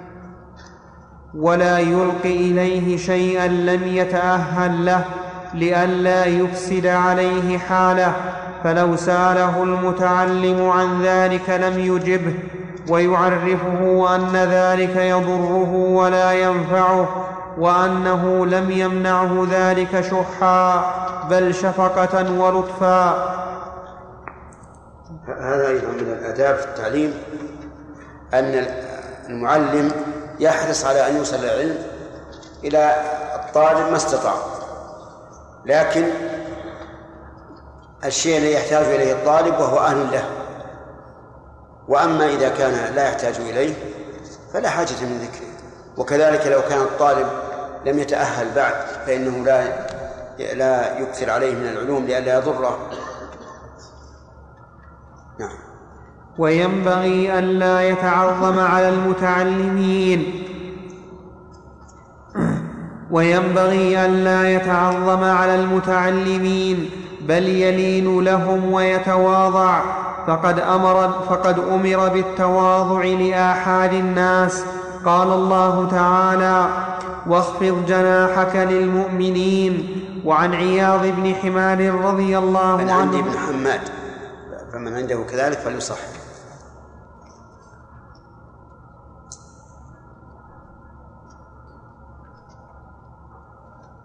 ولا يلقي إليه شيئا لم يتأهل له لئلا يفسد عليه حاله، فلو سأله المتعلم عن ذلك لم يجبه، ويعرفه أن ذلك يضره ولا ينفعه، وأنه لم يمنعه ذلك شحا بل شفقة ولطفا. هذا أيضا من الآداب في التعليم، أن المعلم يحرص على أن يوصل العلم إلى الطالب ما استطاع، لكن الشيء الذي يحتاج إليه الطالب وهو أهل له، وأما إذا كان لا يحتاج إليه فلا حاجة من ذكره. وكذلك لو كان الطالب لم يتأهل بعد فإنه لا لا يكثر عليه من العلوم لئلا يضره. نعم. وينبغي ألا يتعظم على المتعلمين وينبغي ألا يتعظم على المتعلمين بل يلين لهم ويتواضع، فقد أمر, فقد أمر بالتواضع لآحاد الناس. قال الله تعالى: واخفض جناحك للمؤمنين. وعن عياض بن حمار رضي الله عنه. عندي بن حماد، فمن عنده كذلك فليصح.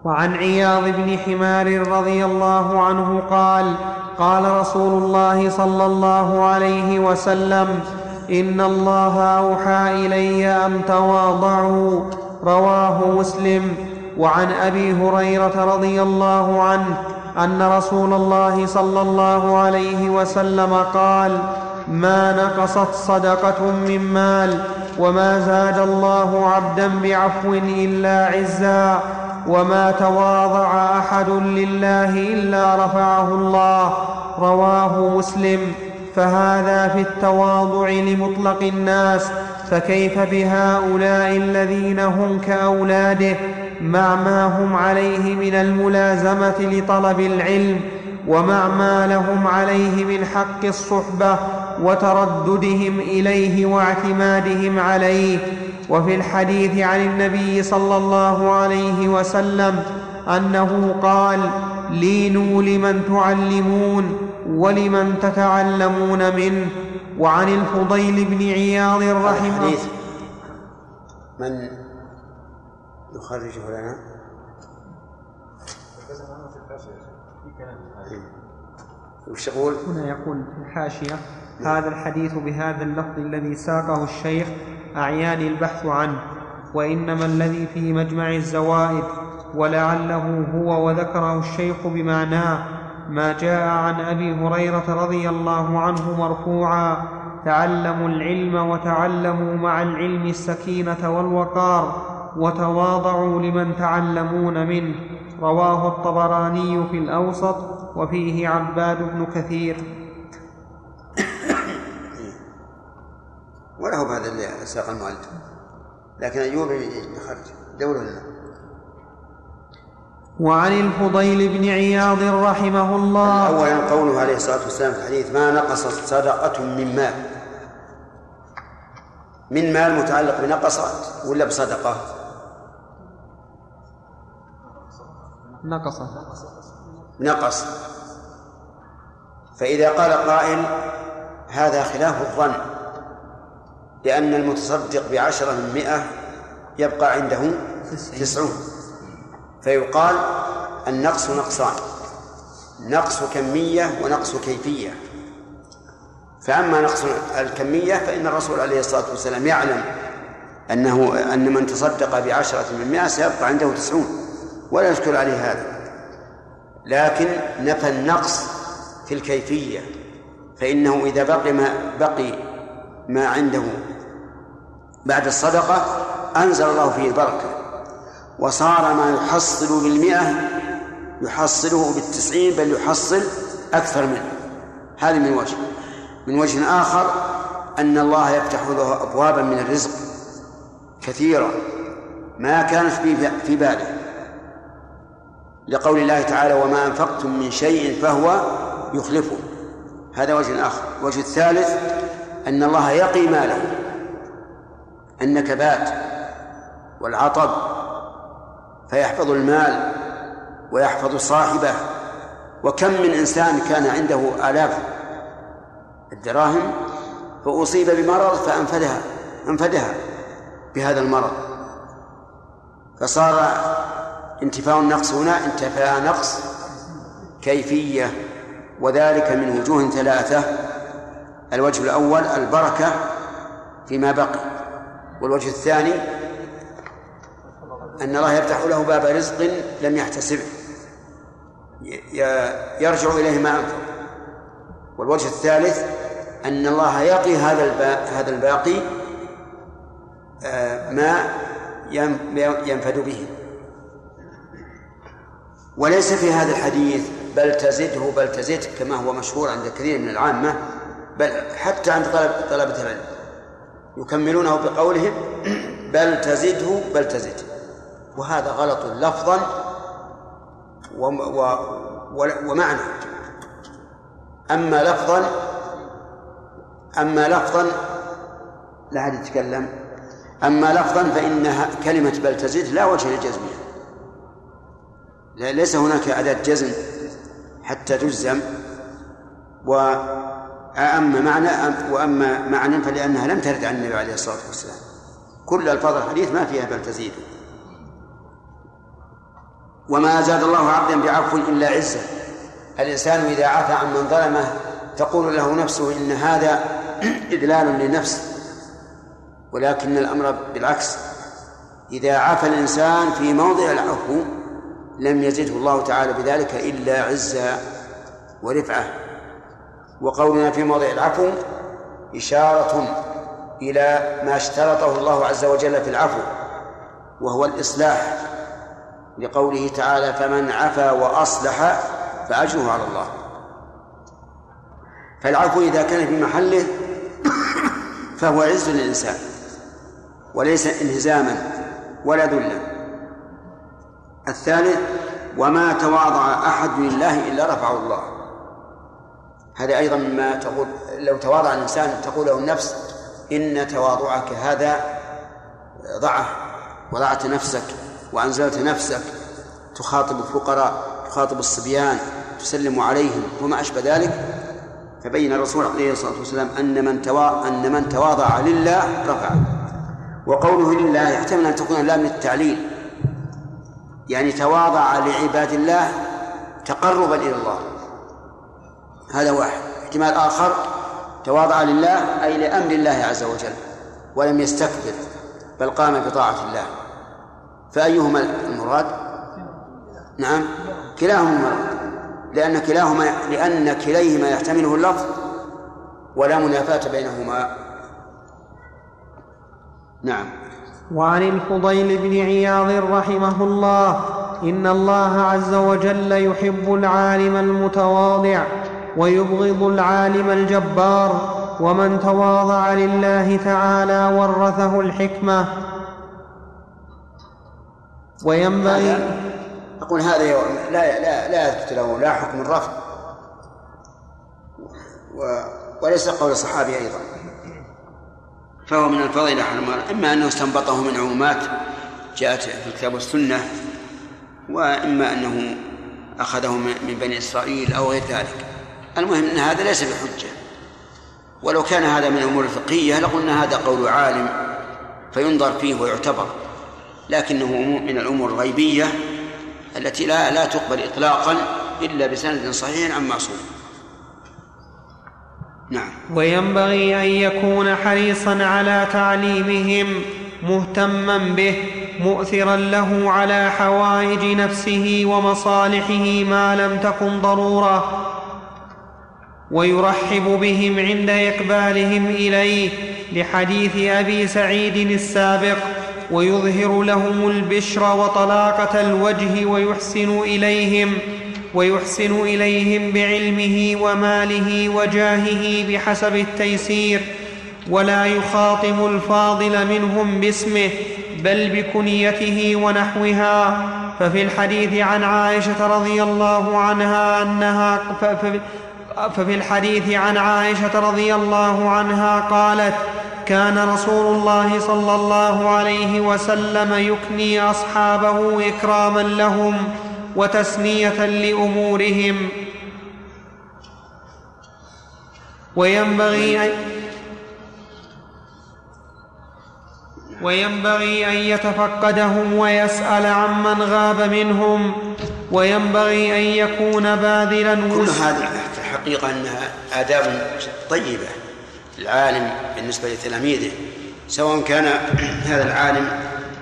وعن عياض بن حمار رضي الله عنه قال قال رسول الله صلى الله عليه وسلم إن الله أوحى إلي أن تواضعوا رواه مسلم. وعن أبي هريرة رضي الله عنه أن رسول الله صلى الله عليه وسلم قال ما نقصت صدقة من مال وما زاد الله عبدا بعفو إلا عزا وما تواضع أحد لله إلا رفعه الله رواه مسلم. فهذا في التواضع لمطلق الناس، فكيف بهؤلاء الذين هم كأولاده مع ما هم عليه من الملازمة لطلب العلم ومع ما لهم عليه من حق الصحبة وترددهم إليه واعتمادهم عليه. وفي الحديث عن النبي صلى الله عليه وسلم أنه قال لينوا لمن تعلمون ولمن تتعلمون منه. وعن الفضيل بن عياض رحمه الله من يخرجه لنا وش يقول هنا؟ يقول في الحاشية هذا الحديث بهذا اللفظ الذي ساقه الشيخ أعياني البحث عنه، وإنما الذي في مجمع الزوائد ولعله هو وذكره الشيخ بمعناه ما جاء عن أبي هريرة رضي الله عنه مرفوعا تعلموا العلم وتعلموا مع العلم السكينة والوقار وتواضعوا لمن تعلمون منه. رواه الطبراني في الأوسط وفيه عباد بن كثير. وله بهذا اللي ساق المؤلف، لكن أيوب يخرج دوره لنا. وعن الفضيل بن عياض رحمه الله أولا قوله عليه الصلاة والسلام في الحديث ما نقصت صدقة من مال. من مال متعلق بنقصات ولا بصدقة؟ نقص نقص. فإذا قال قائل هذا خلاف الظن، لأن المتصدق بعشرة من مئة يبقى عنده تسعون، فيقال النقص نقصان، نقص كمية ونقص كيفية. فأما نقص الكمية فإن الرسول عليه الصلاة والسلام يعلم أنه أن من تصدق بعشرة من مئة سيبقى عنده تسعون ولا يشكل عليه هذا. لكن نفى النقص في الكيفية، فإنه إذا بقي ما, بقي ما عنده بعد الصدقة أنزل الله فيه البركة، وصار ما يحصل بالمئة يحصله بالتسعين، بل يحصل أكثر منه. هذا من وجه. من وجه آخر أن الله يفتح له أبوابا من الرزق كثيرة ما كانت في باله، لقول الله تعالى وما أنفقتم من شيء فهو يخلفه. هذا وجه آخر. وجه الثالث أن الله يقي ماله، النكبات والعطب، فيحفظ المال ويحفظ صاحبه. وكم من إنسان كان عنده آلاف الدراهم فأصيب بمرض فأنفدها أنفدها بهذا المرض، فصار انتفاء النقص هنا انتفاء نقص كيفية، وذلك من وجوه ثلاثة. الوجه الأول البركة فيما بقي، والوجه الثاني أن الله يفتح له باب رزق لم يحتسبه يرجع إليه ما أنفق، والوجه الثالث أن الله يقي هذا الباقي ما ينفد به. وليس في هذا الحديث بل تزده بل تزد كما هو مشهور عند كثير من العامة، بل حتى عند طلبة العلم يكملونه بقولهم بل تزده بل تزد، وهذا غلط لفظا ومعنى. أما لفظا أما لفظا لا أحد يتكلم. أما لفظا فإنها كلمة بل تزد لا وجه لجزمها، ليس هناك أداة جزم حتى تجزم. وأما معنى وأما معنى فلأنها لم ترد عن النبي عليه الصلاة والسلام. كل ألفاظ الحديث ما فيها بل تزيد. وما زاد الله عبدا بعفو إلا عزة. الإنسان إذا عفى عن من ظلمه تقول له نفسه إن هذا إذلال للنفس، ولكن الأمر بالعكس، إذا عفى الإنسان في موضع العفو لم يزده الله تعالى بذلك إلا عزة ورفعة. وقولنا في موضع العفو إشارة إلى ما اشترطه الله عز وجل في العفو وهو الإصلاح، لقوله تعالى فمن عفا وأصلح فأجره على الله. فالعفو إذا كان في محله فهو عز للإنسان وليس انهزاما ولا ذلا. الثالث وما تواضع أحد لله إلا رفعه الله. هذا أيضا مما تقول لو تواضع الإنسان تقول له النفس إن تواضعك هذا ضعه، وضعت نفسك وأنزلت نفسك، تخاطب الفقراء، تخاطب الصبيان، تسلم عليهم وما أشبه ذلك. فبين الرسول عليه الصلاة والسلام أن من توا... أن من تواضع لله رفعه. وقوله لله يحتمل أن تكون اللام للتعليل، يعني تواضع لعباد الله تقربا إلى الله، هذا واحد. احتمال آخر تواضع لله أي لأمر الله عز وجل ولم يستكبر بل قام بطاعة الله. فأيهما المراد؟ نعم كلاهما المراد، لأن كلاهما لأن كليهما يحتمله اللفظ ولا منافاة بينهما. نعم. وعن الفضيل بن عياض رحمه الله إن الله عز وجل يحب العالم المتواضع ويبغض العالم الجبار، ومن تواضع لله تعالى ورثه الحكمة. وينبغي أقول هذا لا لا لا يثبت له لا حكم الرفض و... وليس قول الصحابي أيضا، فهو من الفضيلة إما أنه استنبطه من عمومات جاءت في الكتاب والسنة، وإما أنه أخذه من بني إسرائيل أو غير ذلك. المهم أن هذا ليس بحجة، ولو كان هذا من الأمور الفقهية لقلنا هذا قول عالم فينظر فيه ويعتبر، لكنه من الأمور الغيبية التي لا لا تقبل إطلاقا إلا بسند صحيح عن معصوم. نعم. وينبغي أن يكون حريصا على تعليمهم مهتما به مؤثرا له على حوائج نفسه ومصالحه ما لم تكن ضرورة، ويرحب بهم عند إقبالهم إليه لحديث أبي سعيد السابق، ويظهر لهم البشر وطلاقة الوجه ويحسن إليهم ويحسن إليهم بعلمه وماله وجاهه بحسب التيسير، ولا يخاطب الفاضل منهم باسمه بل بكنيته ونحوها. ففي الحديث عن عائشة رضي الله عنها أنها ففي الحديث عن عائشة رضي الله عنها قالت: كان رسول الله صلى الله عليه وسلم يكني أصحابه إكراما لهم وتسنية لأمورهم. وينبغي أن وينبغي أن يتفقدهم ويسأل عمن غاب منهم، وينبغي أن يكون باذلا. كل هذه في الحقيقة أنها آداب طيبة العالم بالنسبة لتلاميذه، سواء كان هذا العالم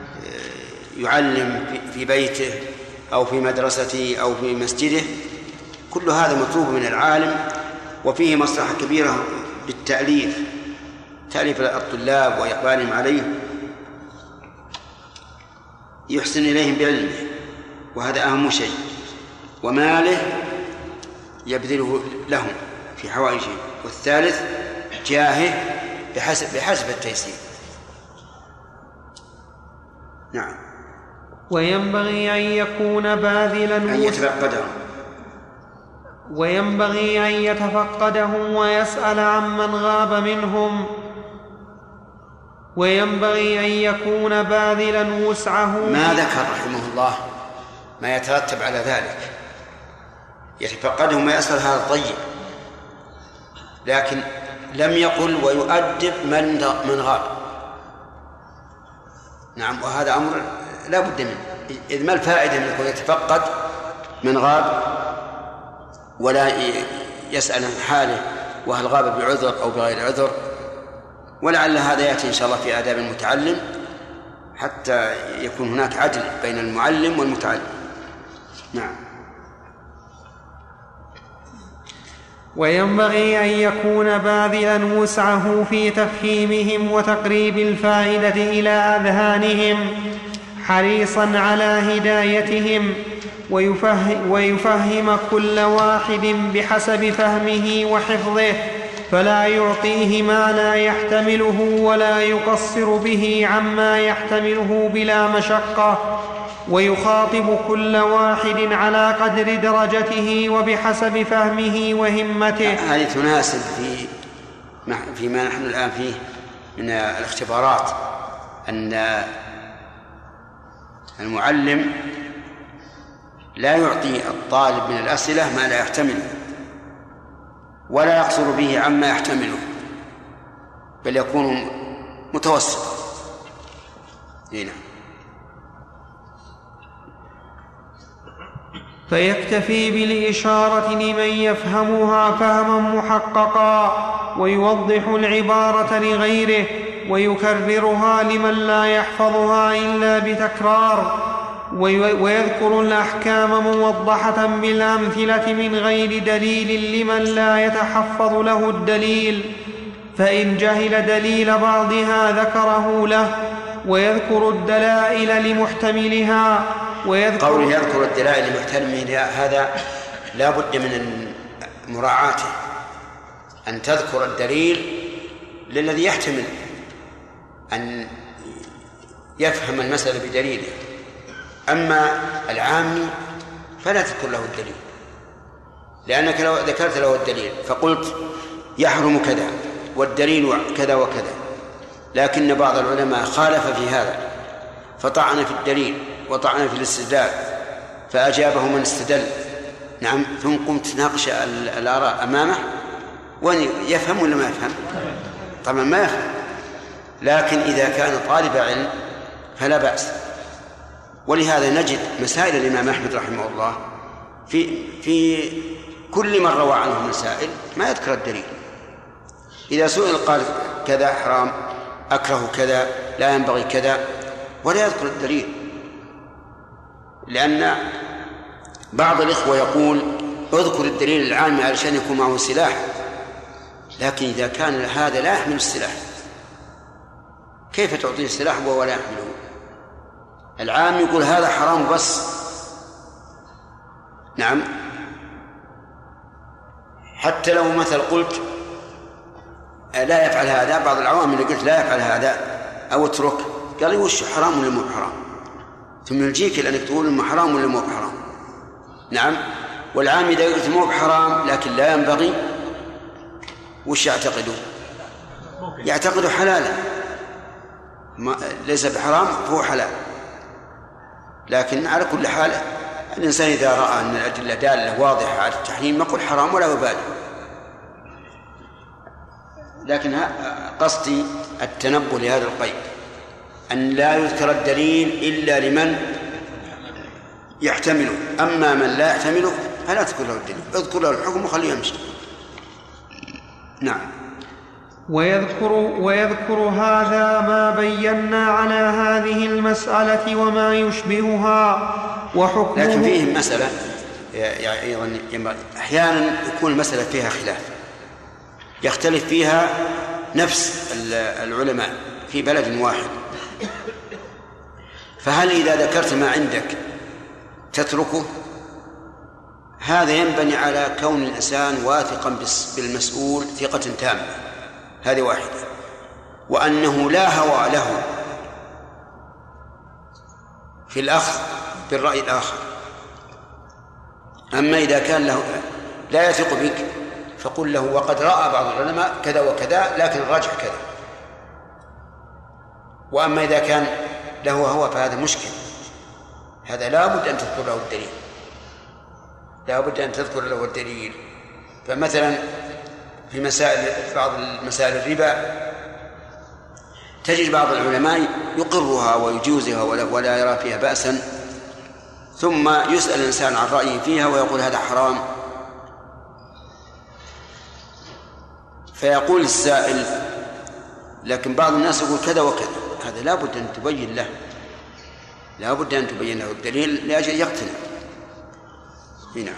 يعلم في بيته أو في مدرسته أو في مسجده، كل هذا مطلوب من العالم، وفيه مصلحة كبيرة بالتأليف، تأليف الطلاب وإقبالهم عليه، يحسن إليهم بعلمه وهذا أهم شيء، وماله يبذله لهم في حوائجهم، والثالث جاهه بحسب, بحسب التيسير. نعم. وينبغي أن يكون باذلا أن يتفقدهم وينبغي أن يتفقدهم ويسأل عمن غاب منهم، وينبغي أن يكون باذلا وسعه. ما ذكر رحمه الله ما يترتب على ذلك، يتفقدهم ويسأل هذا الطيب، لكن لم يقل ويؤدب من من غاب. نعم، وهذا أمر لا بد منه. إذ ما الفائدة من أن يتفقد من غاب ولا يسأل عن حاله وهل غاب بعذر أو بغير عذر؟ ولعل هذا يأتي إن شاء الله في آداب المتعلم حتى يكون هناك عدل بين المعلم والمتعلم. نعم. وينبغي أن يكون باذلا وسعه في تفهيمهم وتقريب الفائدة إلى أذهانهم، حريصا على هدايتهم، ويفهم, ويفهم كل واحد بحسب فهمه وحفظه، فلا يعطيه ما لا يحتمله ولا يقصر به عما يحتمله بلا مشقة، ويخاطب كل واحد على قدر درجته وبحسب فهمه وهمته. هذه تناسب في فيما نحن الآن فيه من الاختبارات، أن المعلم لا يعطي الطالب من الأسئلة ما لا يحتمله ولا يقصر به عما يحتمله، بل يكون متوسط. هنا فيكتفي بالإشارة لمن يفهمها فهما محققا، ويوضح العبارة لغيره، ويكررها لمن لا يحفظها إلا بتكرار، ويذكر الأحكام موضحة بالأمثلة من غير دليل لمن لا يتحفظ له الدليل، فإن جهل دليل بعضها ذكره له، ويذكر الدلائل لمحتملها. ويذكر قوله يذكر الدلائل لمحتملها هذا لا بد من مراعاته، أن تذكر الدليل للذي يحتمل أن يفهم المسألة بدليله، أما العامي فلا تذكر له الدليل، لأنك لو ذكرت له الدليل فقلت يحرم كذا والدليل كذا وكذا، لكن بعض العلماء خالف في هذا فطعن في الدليل وطعن في الاستدلال فأجابه من استدل. نعم. ثم قمت تناقش الآراء أمامه وأن يفهم ولا ما يفهم؟ طبعا ما يفهم، لكن إذا كان طالب علم فلا بأس. ولهذا نجد مسائل الإمام أحمد رحمه الله في في كل من روى عنه مسائل ما يذكر الدليل. إذا سئل قال كذا حرام، أكره كذا، لا ينبغي كذا، ولا يذكر الدليل، لأن بعض الإخوة يقول اذكر الدليل العام علشان يكون معه سلاح، لكن إذا كان هذا لا يحمل السلاح كيف تعطيه السلاح وهو لا يحمله؟ العام يقول هذا حرام بس. نعم. حتى لو مثل قلت لا يفعل هذا، بعض العوام اللي قلت لا يفعل هذا أو اترك، قال لي وش حرام ولا مو حرام؟ ثم يجيك لأنك تقول إنه حرام ولا مو حرام. نعم. والعام إذا قلت مو حرام لكن لا ينبغي، وش يعتقده؟ يعتقده حلالا، ليس بحرام فهو حلال. لكن على كل حال الإنسان إذا رأى أن الأدلة دالة واضحة على التحريم ما يقول حرام ولا يبالي. لكن قصدي التنبه لهذا القيد، أن لا يذكر الدليل إلا لمن يحتمله، أما من لا يحتمله فلا تذكر له الدليل، اذكر له الحكم وخليه يمشي. نعم. ويذكر, ويذكر هذا ما بينا على هذه المسألة وما يشبهها وحكمه. لكن فيه مسألة أيضا أحيانا يكون المسألة فيها خلاف يختلف فيها نفس العلماء في بلد واحد، فهل إذا ذكرت ما عندك تتركه؟ هذا ينبني على كون الإنسان واثقا بالمسؤول ثقة تامة، هذه واحدة، وأنه لا هوى له في الأخذ بالرأي الآخر. أما إذا كان له لا يثق بك فقل له وقد رأى بعض العلماء كذا وكذا لكن الراجح كذا. وأما إذا كان له هوى فهذا مشكل، هذا لا بد أن تذكر له الدليل، لا بد أن تذكر له الدليل. فمثلا في مسائل بعض المسائل الربا تجد بعض العلماء يقرها ويجوزها ولا يرى فيها بأسا ثم يسأل الإنسان عن رأيه فيها ويقول هذا حرام، فيقول السائل لكن بعض الناس يقول كذا وكذا، هذا لا بد أن تبين له، لا بد أن تبين له الدليل لأجل يقتنع. هنا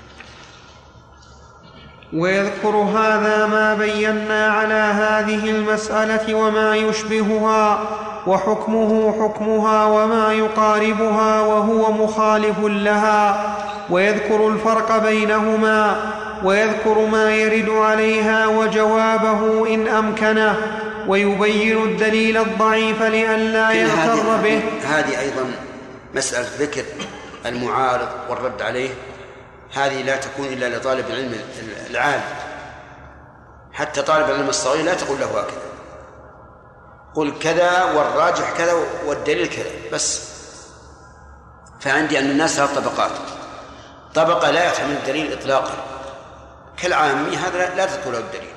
ويذكر هذا ما بينا على هذه المسألة وما يشبهها وحكمه حكمها وما يقاربها وهو مخالف لها، ويذكر الفرق بينهما، ويذكر ما يرد عليها وجوابه إن أمكنه، ويبين الدليل الضعيف لئلا يغتر به. هذه أيضا مسألة ذكر المعارض والرد عليه، هذه لا تكون إلا لطالب العلم العالم، حتى طالب العلم الصغير لا تقول له هكذا، قل كذا والراجح كذا والدليل كذا بس. فعندي أن الناس لها طبقات، طبقة لا يحتمل الدليل إطلاقا كالعامي، هذا لا تذكر له الدليل.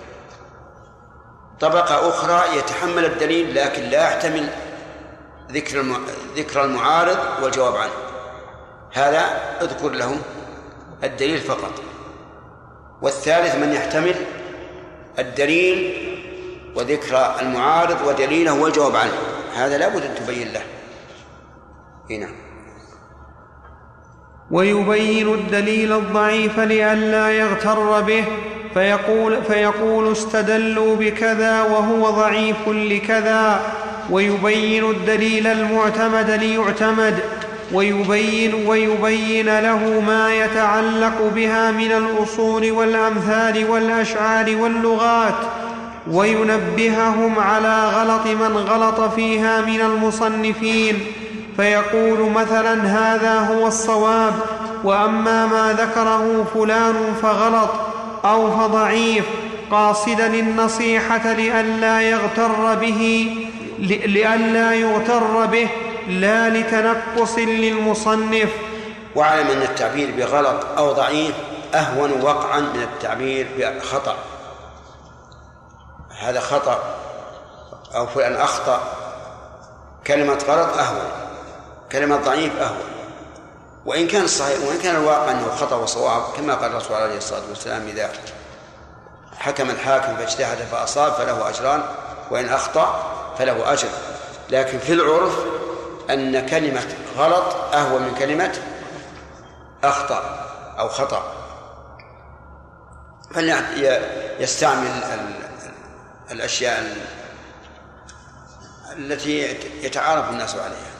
طبقة أخرى يتحمل الدليل لكن لا يحتمل ذكر ذكر المعارض والجواب عنه، هذا اذكر له الدليل فقط. والثالث من يحتمل الدليل وذكر المعارض ودليله والجواب عنه، هذا لا بد أن تبين له. هنا ويبين الدليل الضعيف لئلا يغتر به، فيقول, فيقول استدلوا بكذا وهو ضعيف لكذا، ويبين الدليل المعتمد ليعتمد، ويبين, ويبين له ما يتعلق بها من الأصول والأمثال والأشعار واللغات، وينبههم على غلط من غلط فيها من المصنفين، فيقول مثلا هذا هو الصواب، وأما ما ذكره فلان فغلط أو فضعيف، قاصدا النصيحة لئلا يغتر به لئلا يغتر به لا لتنقص للمصنف. واعلم أن التعبير بغلط أو ضعيف أهون وقعا من التعبير بخطأ، هذا خطأ أو فلان أخطأ، كلمة غلط أهون، كلمة ضعيف أهون، وإن كان الصحيح وإن كان الواقع أنه خطأ وصواب، كما قال الرسول عليه الصلاة والسلام إذا حكم الحاكم فاجتهد فأصاب فله أجران وإن أخطأ فله أجر، لكن في العرف أن كلمة غلط أهون من كلمة أخطأ أو خطأ، فليستعمل الأشياء التي يتعارف الناس عليها.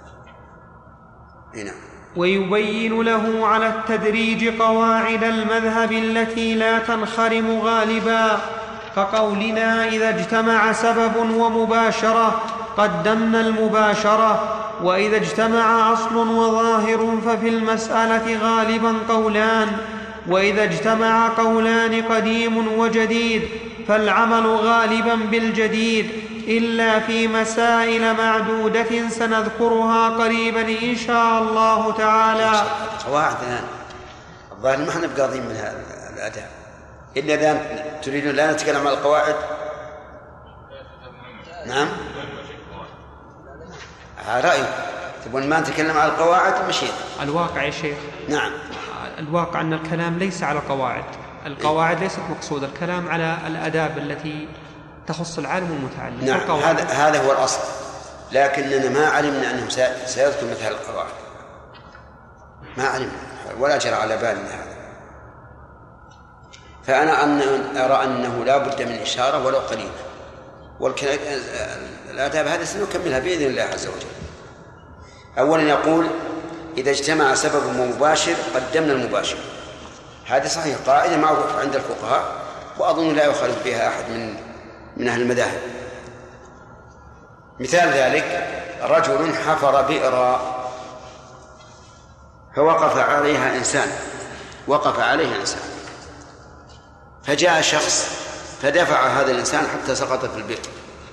هنا ويبين له على التدريج قواعد المذهب التي لا تنخرم غالبا، كقولنا إذا اجتمع سبب ومباشرة قدمنا المباشرة، وإذا اجتمع أصل وظاهر ففي المسألة غالبا قولان، وإذا اجتمع قولان قديم وجديد فالعمل غالبا بالجديد، إلا في مسائل معدودة سنذكرها قريبا إن شاء الله تعالى. قواعد الآن الظاهر ما احنا بقاضين من هذا الأداء، إلا إذا تريدون لا نتكلم عن القواعد. نعم رأيك تبون ما نتكلم عن القواعد مشيت. الواقع يا شيخ، نعم الواقع أن الكلام ليس على قواعد، القواعد ليست مقصودة، الكلام على الآداب التي تخص العالم والمتعلم. نعم هذا هذا هو الأصل، لكننا ما علمنا أنه سيذكر مثل القواعد، ما علمنا ولا جرى على بالنا هذا، فأنا أن أرى أنه لا بد من إشارة ولو قليلة، والآداب هذه سنكملها بإذن الله عز وجل. أولا يقول إذا اجتمع سبب ومباشر قدمنا المباشر، هذه صحيح قاعدة معروفة عند الفقهاء، وأظن لا يخالف بها أحد من من أهل المذاهب. مثال ذلك رجل حفر بئرا فوقف عليها إنسان وقف عليها إنسان فجاء شخص فدفع هذا الإنسان حتى سقط في البئر،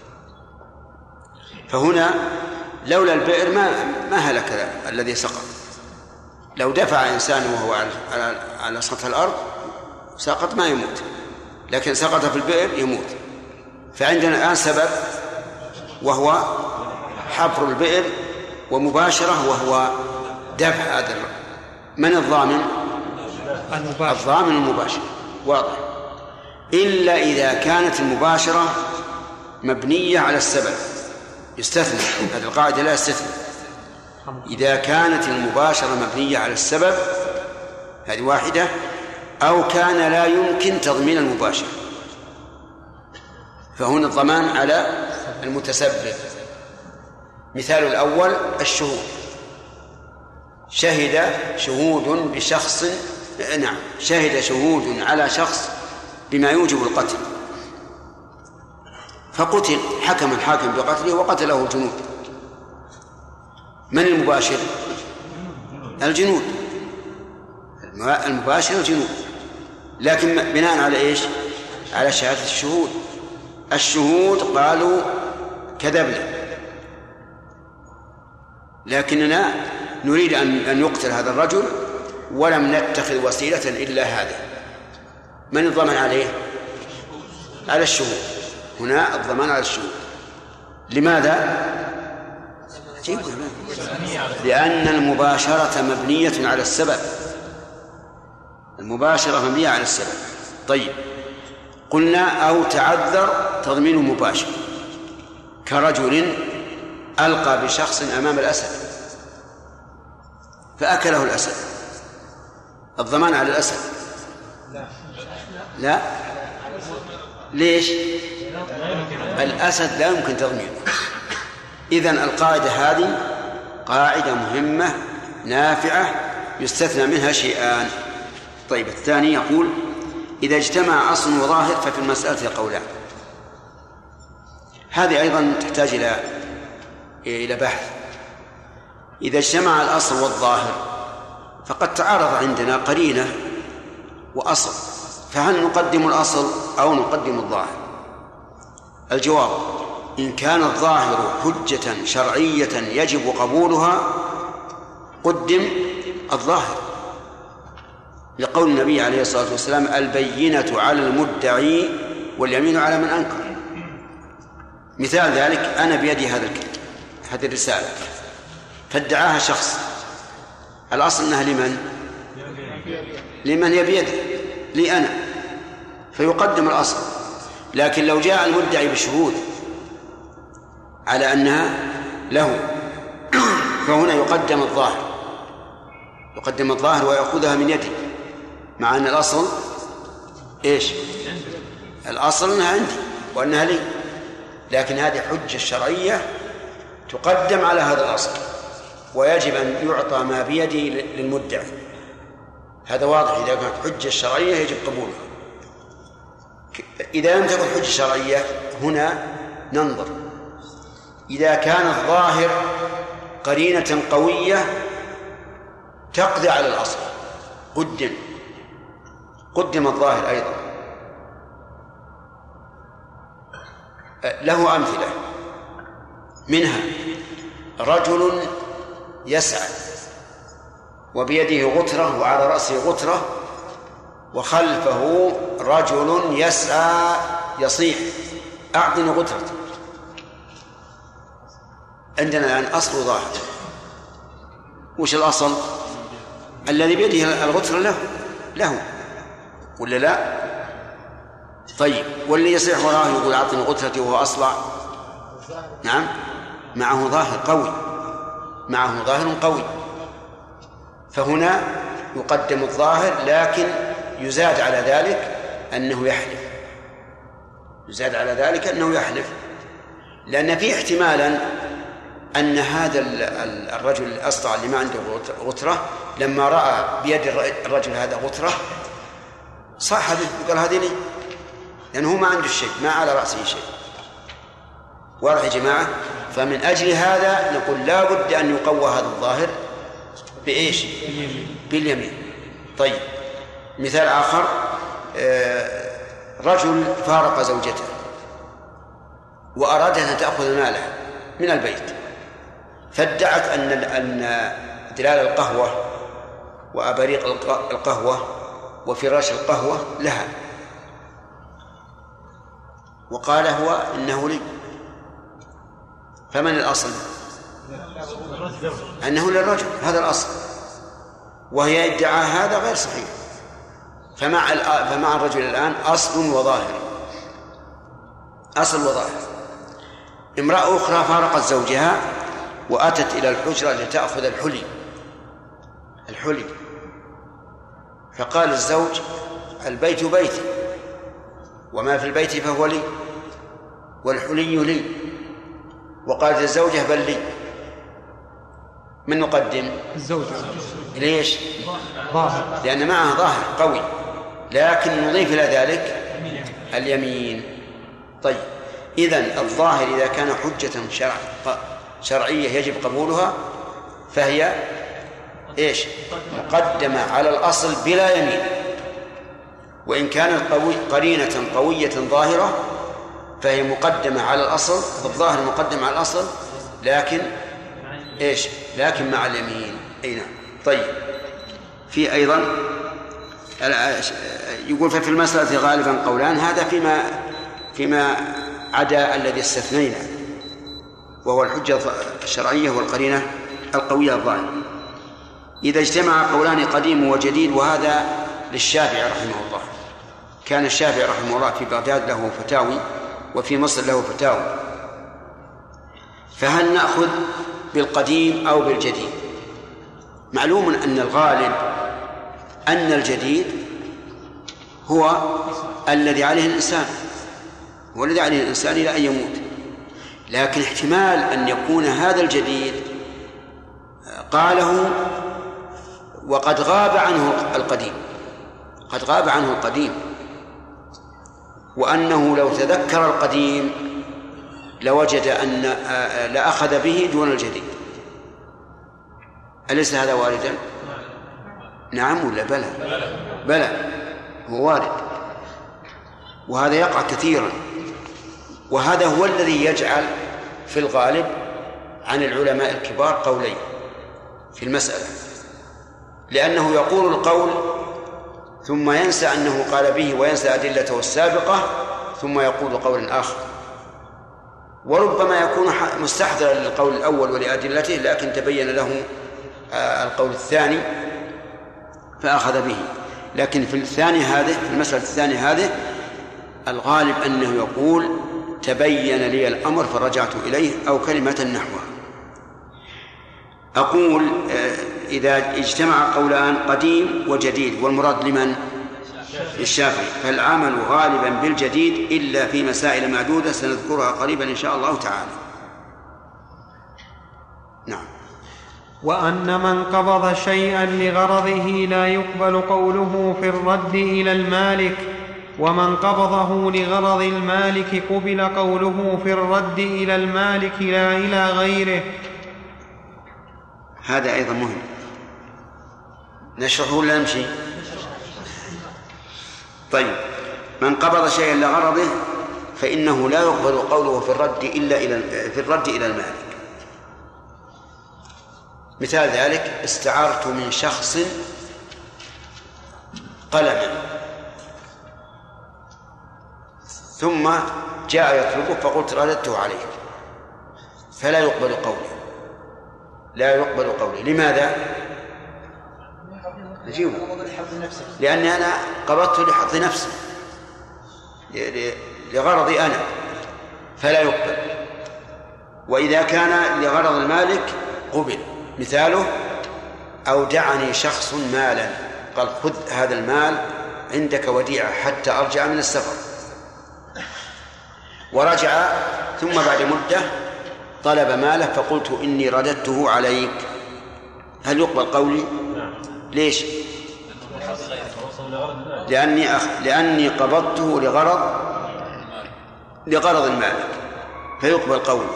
فهنا لولا البئر ما ما هلك الذي سقط، لو دفع إنسان وهو على على سطح الأرض سقط ما يموت، لكن سقط في البئر يموت. فعندنا الآن سبب وهو حفر البئر، ومباشرة وهو دفع هذا. من الضامن؟ المباشر. الضامن المباشر، واضح. إلا إذا كانت المباشرة مبنية على السبب، يستثنى هذه القاعدة، لا يستثنى. إذا كانت المباشرة مبنية على السبب، هذه واحدة، أو كان لا يمكن تضمين المباشرة، فهنا الضمان على المتسبب. مثال الأول الشهود، شهد شهود بشخص، نعم شهد شهود على شخص بما يوجب القتل، فقتل، حكم الحاكم بقتله وقتله الجنود. من المباشر؟ الجنود، المباشر الجنود، لكن بناء على إيش؟ على شهادة الشهود. الشهود قالوا كذبنا، لكننا نريد أن يقتل هذا الرجل ولم نتخذ وسيلة إلا هذا. من الضمان عليه؟ على الشهود. هنا الضمان على الشهود. لماذا؟ لأن المباشرة مبنية على السبب، المباشرة مبنية على السبب. طيب، قلنا أو تعذر تضمين مباشر، كرجل ألقى بشخص أمام الأسد فأكله الأسد، الضمان على الأسد؟ لا. ليش؟ الأسد لا يمكن تضمينه. إذن القاعدة هذه قاعدة مهمة نافعة يستثنى منها شيئان. طيب، الثاني يقول إذا اجتمع أصل وظاهر ففي المسألة قولان. هذه أيضا تحتاج إلى إلى بحث. إذا اجتمع الأصل والظاهر فقد تعارض عندنا قرينة وأصل، فهل نقدم الأصل أو نقدم الظاهر؟ الجواب: إن كان الظاهر حجة شرعية يجب قبولها قدم الظاهر، لقول النبي عليه الصلاة والسلام: البينة على المدعي واليمين على من أنكر. مثال ذلك: أنا بيدي هذا الكتاب، هذه الرسالة، فادعاها شخص، الأصل أنها لمن؟ لمن هي بيده، لي أنا، فيقدم الأصل. لكن لو جاء المدعي بشهود على أنها له فهنا يقدم الظاهر، يقدم الظاهر ويأخذها من يدي، مع أن الأصل إيش؟ الأصل أنها عندي وأنها لي، لكن هذه حجة شرعية تقدم على هذا الأصل، ويجب أن يعطى ما بيدي للمدعي. هذا واضح. إذا كانت حجة شرعية يجب قبولها. إذا لم تكن حجة شرعية هنا ننظر. إذا كان الظاهر قرينة قوية تقضي على الأصل قدم قدم الظاهر أيضا. له أمثلة، منها رجل يسعى وبيده غترة وعلى رأسه غترة وخلفه رجل يسعى يصيح: أعطني غترتي. عندنا الآن أصل ظاهر. وش الأصل؟ الذي بيده الغترة له له ولا لا؟ طيب، واللي يصيح وراه يقول أعطني غترتي وهو أصلع، نعم، معه ظاهر قوي، معه ظاهر قوي، فهنا يقدم الظاهر، لكن يزاد على ذلك أنه يحلف، يزاد على ذلك أنه يحلف، لأن فيه احتمالا أن هذا الرجل الأصلع اللي ما عنده غترة لما رأى بيد الرجل هذا غترة صاح به وقال: هذه لي، لأنه ما عنده شيء، ما على رأسه شيء. واضح يا جماعة؟ فمن أجل هذا نقول لا بد أن يقوى هذا الظاهر بإيش؟ باليمين. طيب، مثال آخر: رجل فارق زوجته وأراد أن تأخذ ماله من البيت، فادعت أن أن دلال القهوة وأباريق القهوة وفراش القهوة لها، وقال هو إنه لي. فمن الأصل؟ أنه للرجل، هذا الأصل. وهي ادعاء هذا غير صحيح. فمع فمع الرجل الآن أصل وظاهر، أصل وظاهر. امرأة أخرى فارقت زوجها وأتت إلى الحجرة لتأخذ الحلي الحلي فقال الزوج: البيت بيتي وما في البيت فهو لي والحلي لي. وقالت الزوجة: بل لي. من نقدم؟ الزوج. ليش؟ ظاهر، لأن معها ظاهر قوي، لكن نضيف إلى ذلك اليمين. طيب، إذن الظاهر إذا كان حجة شرع شرعية يجب قبولها فهي إيش؟ مقدمة على الأصل بلا يمين. وإن كانت قوي قرينة قوية ظاهرة فهي مقدمة على الأصل، الظاهر مقدم على الأصل، لكن إيش؟ لكن مع اليمين. أي نعم. طيب، في أيضا يقول ففي المسألة غالبا قولان، هذا فيما فيما عدا الذي استثنينا وهو الحجة الشرعية والقرينة القوية الظاهرة. إذا اجتمع قولان قديم وجديد، وهذا للشافعي رحمه الله. كان الشافعي رحمه الله في بغداد له فتاوي وفي مصر له فتاوي، فهل نأخذ بالقديم أو بالجديد؟ معلوم أن الغالب أن الجديد هو الذي عليه الإنسان هو الذي عليه الإنسان إلى أن يموت، لكن احتمال أن يكون هذا الجديد قاله وقد غاب عنه القديم قد غاب عنه القديم وأنه لو تذكر القديم لوجد أن لأخذ به دون الجديد. أليس هذا واردا؟ نعم ولا بلى؟ بلى، هو وارد، وهذا يقع كثيرا. وهذا هو الذي يجعل في الغالب عن العلماء الكبار قولين في المسألة، لأنه يقول القول ثم ينسى أنه قال به وينسى أدلته السابقة ثم يقول قول آخر، وربما يكون مستحضرا للقول الأول ولأدلته لكن تبين له القول الثاني فأخذ به. لكن في الثاني هذه في المسألة الثانية هذه الغالب أنه يقول تبين لي الأمر فرجعت إليه أو كلمة نحوها. أقول إذا اجتمع قولان قديم وجديد، والمراد لمن؟ الشافعي، فالعمل غالبا بالجديد إلا في مسائل معدودة سنذكرها قريبا إن شاء الله تعالى. نعم. وأن من قبض شيئا لغرضه لا يقبل قوله في الرد إلى المالك، ومن قبضه لغرض المالك قبل قوله في الرد إلى المالك لا إلى غيره. هذا أيضا مهم، نشرحه ولا نمشي؟ طيب، من قبض شيئا لغرضه فإنه لا يقبل قوله في الرد إلا إلى في الرد إلى المالك. مثال ذلك: استعرت من شخص قلما ثم جاء يطلبه فقلت رددته عليك، فلا يقبل قولي لا يقبل قولي لماذا؟ نجيبه. لأني أنا قبضته لحظ نفسي لغرضي أنا فلا يقبل. وإذا كان لغرض المالك قبل. مثاله: أودعني شخص مالا، قال خذ هذا المال عندك وديعة حتى أرجع من السفر، ورجع ثم بعد مدة طلب ماله فقلت إني رددته عليك، هل يقبل قولي؟ ليش؟ لأني أخ... لأني قبضته لغرض لغرض المالك فيقبل قولي.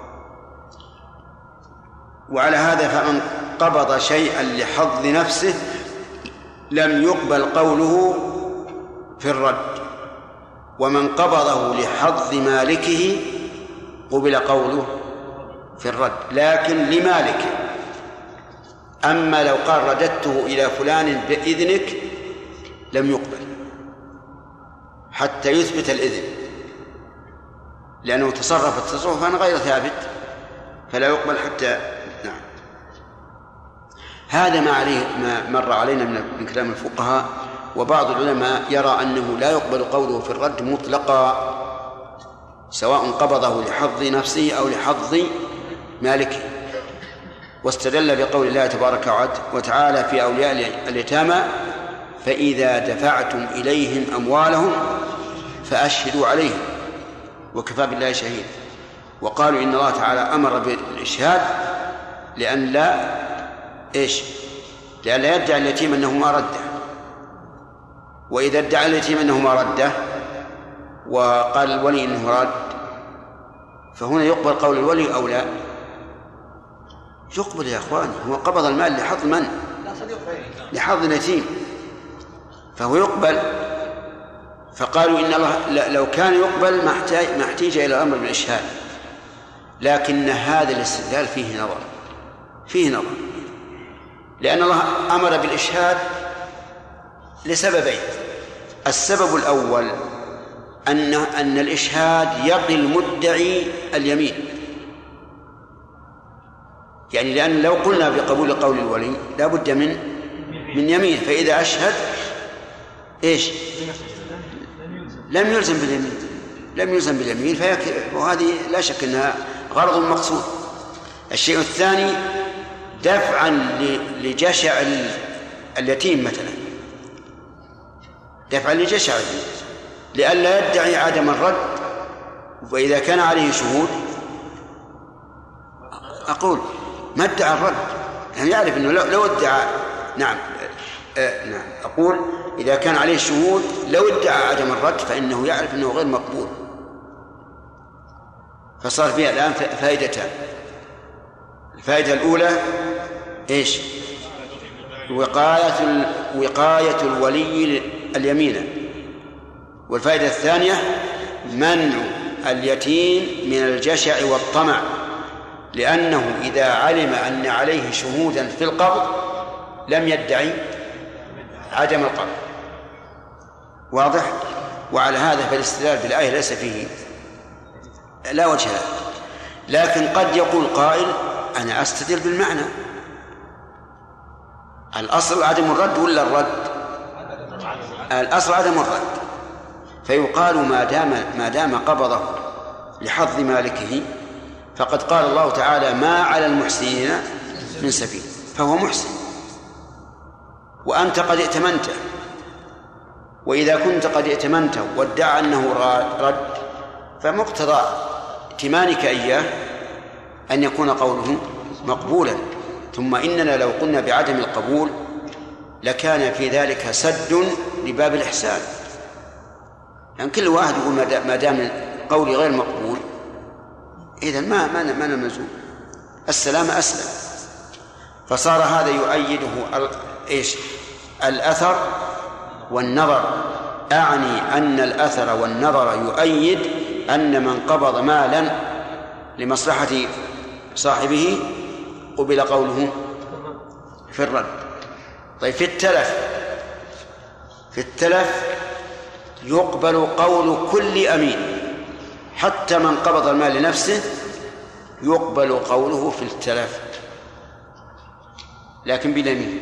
وعلى هذا فمن قبض شيئا لحظ نفسه لم يقبل قوله في الرد، ومن قبضه لحظ مالكه قبل قوله في الرد لكن لمالكه. أما لو قال رددته إلى فلان بإذنك لم يقبل حتى يثبت الإذن، لأنه تصرف تصرفا غير ثابت فلا يقبل حتى. نعم. هذا ما عليه ما مر علينا من كلام الفقهاء. وبعض العلماء يرى أنه لا يقبل قوله في الرد مطلقا، سواء قبضه لحظ نفسه أو لحظ مالكه، واستدل بقول الله تبارك وتعالى في أولياء اليتامى: فإذا دفعتم إليهم أموالهم فأشهدوا عليهم وكفى بالله شهيد. وقالوا إن الله تعالى أمر بالإشهاد لأن لا إيش لأن لا يدعي اليتيم أنه ما رده، وإذا ادعى اليتيم أنه ما رده وقال الولي إنه رد، فهنا يقبل قول الولي أو لا؟ يقبل يا أخواني، هو قبض المال لحظ من؟ لحظ اليتيم، فهو يقبل. فقالوا إن الله لو كان يقبل ما احتاج إلى الأمر بالإشهاد، لكن هذا الاستدلال فيه نظر فيه نظر لأن الله أمر بالإشهاد لسببين. السبب الأول أن أن الإشهاد يقي المدعي اليمين، يعني لأن لو قلنا بقبول قول الولي لا بد من من يمين، فإذا أشهد إيش لم يلزم باليمين لم يلزم باليمين فيكفي، وهذه لا شك أنها غرض مقصود. الشيء الثاني دفعا لجشع اليتيم مثلا، دفعا لجشع لئلا يدعي عدم الرد، وإذا كان عليه شهود أقول ما ادعى الرد، يعني يعرف أنه لو ادعى نعم آه نعم أقول إذا كان عليه شهود لو ادعى عدم الرد فإنه يعرف أنه غير مقبول. فصار فيها الآن فائدتان. الفائدة الأولى إيش؟ وقاية وقاية الولي اليمين، والفائدة الثانية منع اليتيم من الجشع والطمع، لأنه إذا علم أن عليه شهودا في القبض لم يدعي عدم القبض. واضح؟ وعلى هذا فالاستدلال بالآية ليس فيه لا وجه له، لكن قد يقول قائل أنا أستدل بالمعنى، الأصل عدم الرد ولا الرد؟ الأصل عدم الرد، فيقال ما دام ما دام قبضه لحظ مالكه فقد قال الله تعالى ما على المحسنين من سبيل، فهو محسن وأنت قد ائتمنته، وإذا كنت قد ائتمنته وادعى أنه رد فمقتضى ائتمانك إياه أن يكون قوله مقبولا. ثم إننا لو قلنا بعدم القبول لكان في ذلك سد لباب الإحسان، يعني كل واحد يقول ما دام قولي غير مقبول إذن ما ما ما نمزو السلام أسلم. فصار هذا يؤيده إيش الأثر والنظر، أعني أن الأثر والنظر يؤيد أن من قبض مالا لمصلحة صاحبه قبل قوله في الرد. طيب في التلف في التلف يقبل قول كل أمين، حتى من قبض المال لنفسه يقبل قوله في التلف لكن باليمين.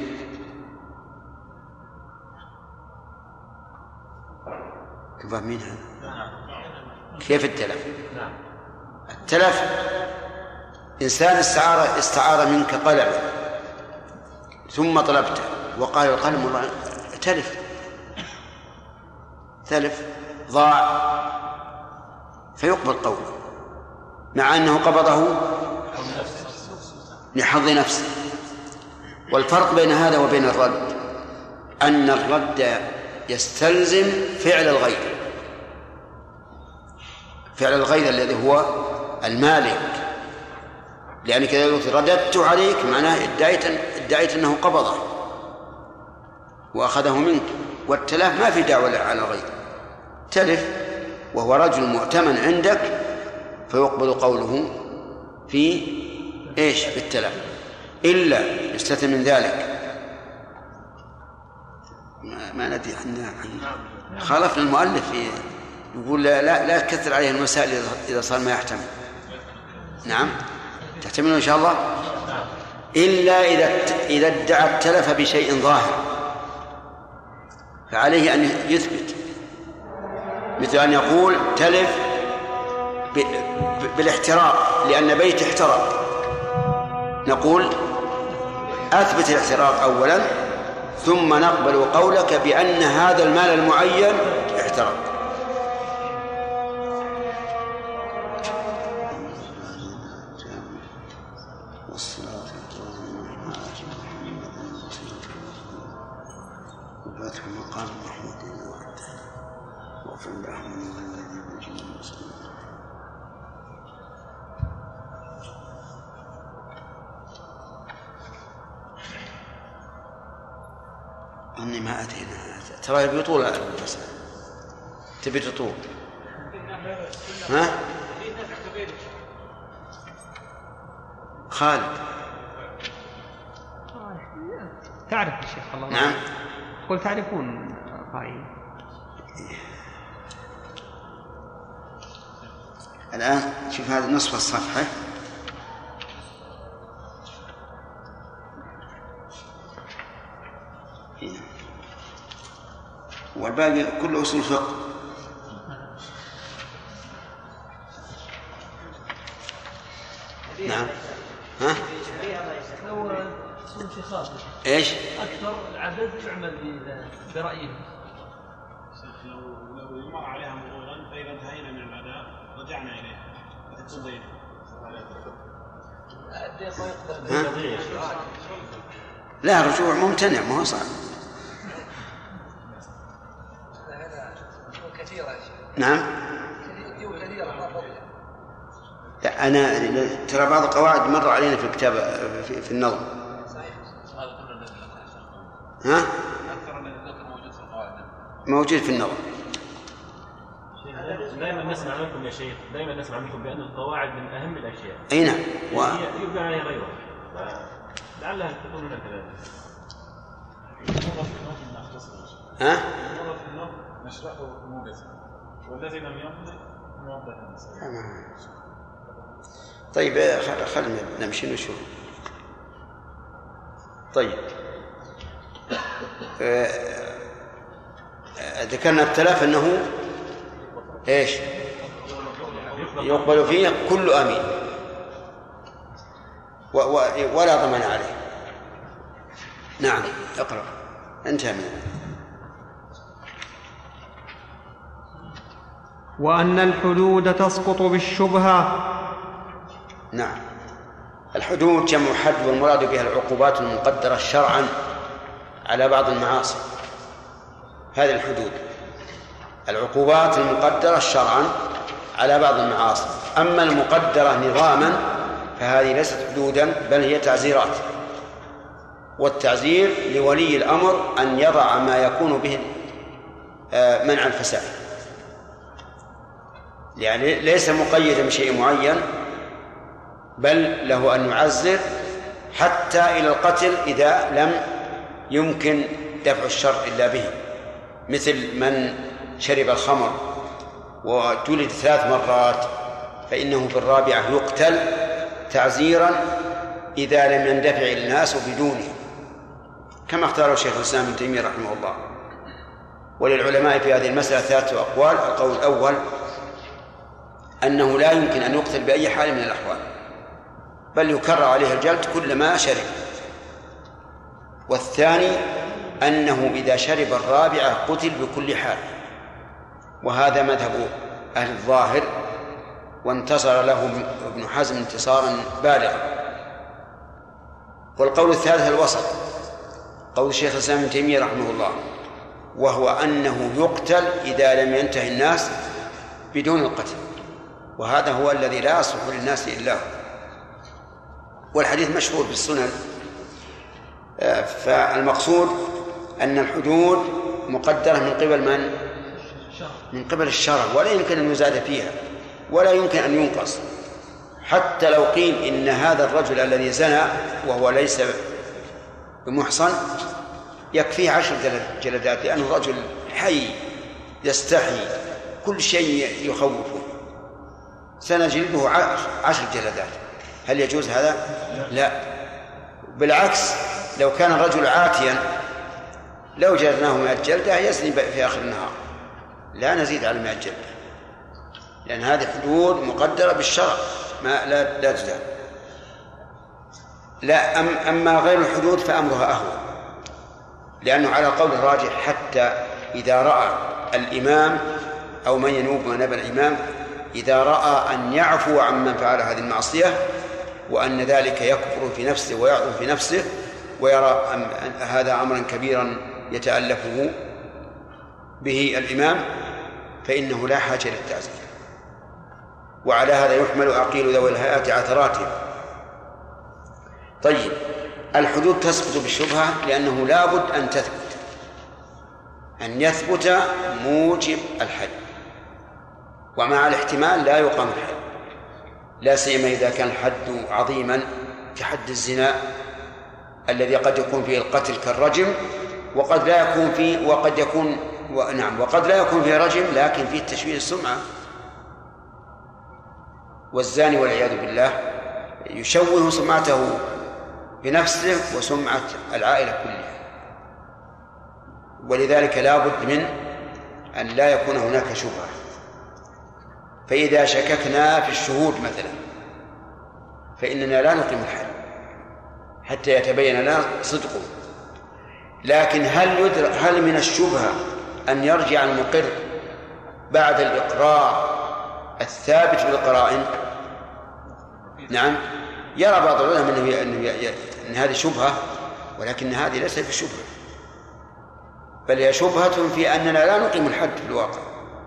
تفهمين هذا؟ كيف التلف؟ التلف إنسان استعار استعار منك قلم ثم طلبته وقال القلم والله تلف تلف ضاع، فيقبل قوله مع أنه قبضه لحظ نفسه. والفرق بين هذا وبين الرد أن الرد يستلزم فعل الغير، فعل الغير الذي هو المالك، لأن كذا يقول رددت عليك معناه ادعيت ادعيت أنه قبضه وأخذه منك. والتلف ما في دعوة على الغير، تلف وهو رجل مؤتمن عندك فيقبل قوله في إيش في التلف، إلا يستثنى من ذلك ما, ما ندري عن خالفنا المؤلف في يقول لا لا, لا تكثر عليه المسائل إذا صار ما يحتمل. نعم تحتمل إن شاء الله. إلا إذا إذا ادعى التلف بشيء ظاهر فعليه أن يثبت، مثل أن يقول تلف بالاحتراق لأن بيت احترق، نقول أثبت الاحتراق أولا ثم نقبل قولك بأن هذا المال المعين احترق. أني ما أتينا ترى بيطول المسألة تبي تطول ها خالد تعرف يا شيخ الله نعم قل تعرفون قائل الآن شوف هذا نصف الصفحة والباقي كله أصول فقه. نعم ها لو شيء خاص ايش اكثر العدد يعمل برأيه. لو لو يمر عليها مرورا فإذا انتهينا من الأداء رجعنا إليها فتقضينا. لا رجوع ممتنع ما هو صعب. نعم لا أنا ترى بعض القواعد مر علينا في الكتاب في, في النظم ها موجود في النظم. دائما نسمع منكم يا شيخ دائما نسمع منكم بأن القواعد من أهم الأشياء. أي نعم و... يبنى عليها غيرها لعلها تكون هنا كذلك. ها نشرحه موجزا والذي لم يمضي نوضح المسألة. طيب خلنا نمشي نشوف. طيب ذكرنا التلف أنه إيش يقبل فيه كل أمين و و ولا ضمان عليه. نعم اقرأ انتهى منه. وأن الحدود تسقط بالشبهة. نعم الحدود جمع حد والمراد بها العقوبات المقدرة شرعا على بعض المعاصي. هذه الحدود العقوبات المقدرة شرعا على بعض المعاصي. أما المقدرة نظاما فهذه ليست حدودا بل هي تعزيرات، والتعزير لولي الأمر أن يضع ما يكون به منع الفساد، يعني ليس مقيدا بشيء معين بل له أن يعزر حتى إلى القتل إذا لم يمكن دفع الشر إلا به، مثل من شرب الخمر وجلد ثلاث مرات فإنه في الرابعة يقتل تعزيرا إذا لم يندفع الناس بدونه، كما اختاره شيخ الإسلام ابن تيمية رحمه الله. وللعلماء في هذه المسألة ثلاثة أقوال. القول الأول أنه لا يمكن أن يقتل بأي حال من الأحوال بل يكرر عليه الجلد كلما شرب. والثاني أنه إذا شرب الرابعة قتل بكل حال، وهذا مذهب أهل الظاهر وانتصر له ابن حزم انتصارا بالغا. والقول الثالث الوسط قول الشيخ الإسلام ابن تيمية رحمه الله، وهو أنه يقتل إذا لم ينتهي الناس بدون القتل، وهذا هو الذي لا يصلح للناس إلا هو. والحديث مشهور في السنن. فالمقصود أن الحدود مقدرة من قبل من؟ من قبل الشرع، ولا يمكن أن يزاد فيها ولا يمكن أن ينقص. حتى لو قيل إن هذا الرجل الذي زنى وهو ليس بمحصن يكفيه عشر جلدات لأنه رجل حي يستحي كل شيء يخوفه، سنجلده عشر جلدات. هل يجوز هذا؟ لا. بالعكس لو كان الرجل عاتيا لو جلدناه مئة جلدة يزني في آخر النهار، لا نزيد على مئة جلدة، لأن هذه حدود مقدرة بالشرع ما لا لا تزال. لا أم أما غير الحدود فأمرها أهون، لأنه على القول الراجح حتى إذا رأى الإمام أو من ينوب مناب الإمام إذا رأى أن يعفو عمن فعل هذه المعصية وأن ذلك يكبر في نفسه ويعظم في نفسه ويرى أن هذا أمرا كبيرا يتألفه به الإمام فإنه لا حاجة للتعزير. وعلى هذا يحمل عقيل ذوي الهيئات عثراتهم. طيب، الحدود تثبت بالشبهة لأنه لا بد أن تثبت أن يثبت موجب الحد، ومع الاحتمال لا يقام الحد، لا سيما إذا كان الحد عظيما كحد الزنا الذي قد يكون فيه القتل كالرجم، وقد لا يكون فيه وقد يكون نعم وقد لا يكون فيه رجم لكن فيه تشويه السمعة. والزاني والعياذ بالله يشوه سمعته بنفسه وسمعة العائلة كلها، ولذلك لا بد من أن لا يكون هناك شبهة. فإذا شككنا في الشهود مثلا فإننا لا نقيم الحد حتى يتبين لنا صدقه. لكن هل يدر هل من الشبهة أن يرجع المقر بعد الإقرار الثابت بالقرائن؟ نعم، يرى بعض العلماء أنه أن هذه شبهة، ولكن هذه ليست في شبهة، بل هي شبهة في أننا لا نقيم الحد في الواقع.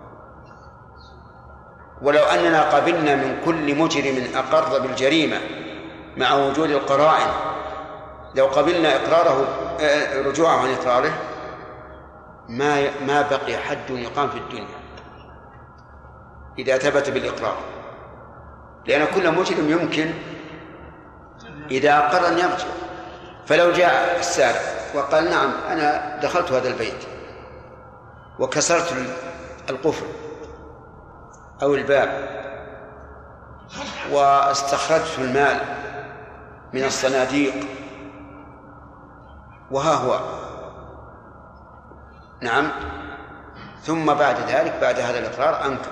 ولو أننا قبلنا من كل مجرم أقر بالجريمة مع وجود القرائن، لو قبلنا إقراره رجوعه عن إقراره ما ما بقي حد يقام في الدنيا إذا ثبت بالإقرار، لأن كل مجرم يمكن إذا أقر أن يرجع. فلو جاء السارق وقال نعم أنا دخلت هذا البيت وكسرت القفل أو الباب واستخرجت المال من الصناديق وها هو نعم، ثم بعد ذلك بعد هذا الإقرار أنكر،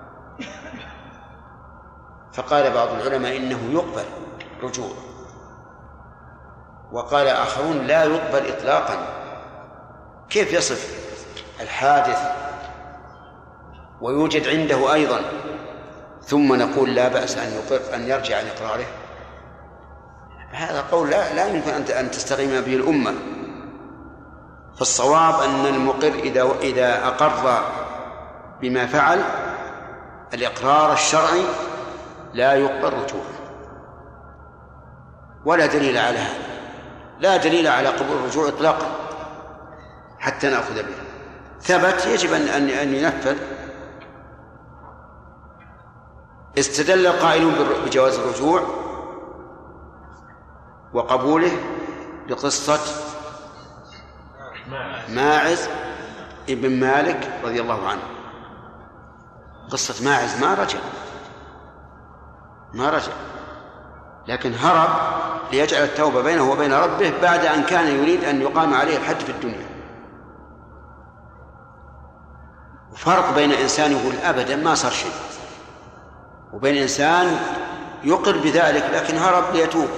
فقال بعض العلماء إنه يقبل رجوع، وقال آخرون لا يقبل إطلاقا. كيف يصف الحادث ويوجد عنده أيضا ثم نقول لا بأس أن يقر أن يرجع عن إقراره؟ هذا قول لا, لا يمكن أن تستقيم به الأمة. فالصواب أن المقر إذا, إذا أقر بما فعل الإقرار الشرعي لا يقبل رجوعه، ولا دليل على هذا، لا دليل على قبول الرجوع إطلاقا حتى نأخذ به. ثبت يجب أن أن ينفذ. استدل القائلون بجواز الرجوع وقبوله بقصة ماعز ابن مالك رضي الله عنه. قصة ماعز ما رجع ما رجع لكن هرب ليجعل التوبة بينه وبين ربه بعد أن كان يريد أن يقام عليه الحد في الدنيا. فرق بين إنسان يقول أبدا ما صار شيء وبين إنسان يقر بذلك لكن هرب ليتوب.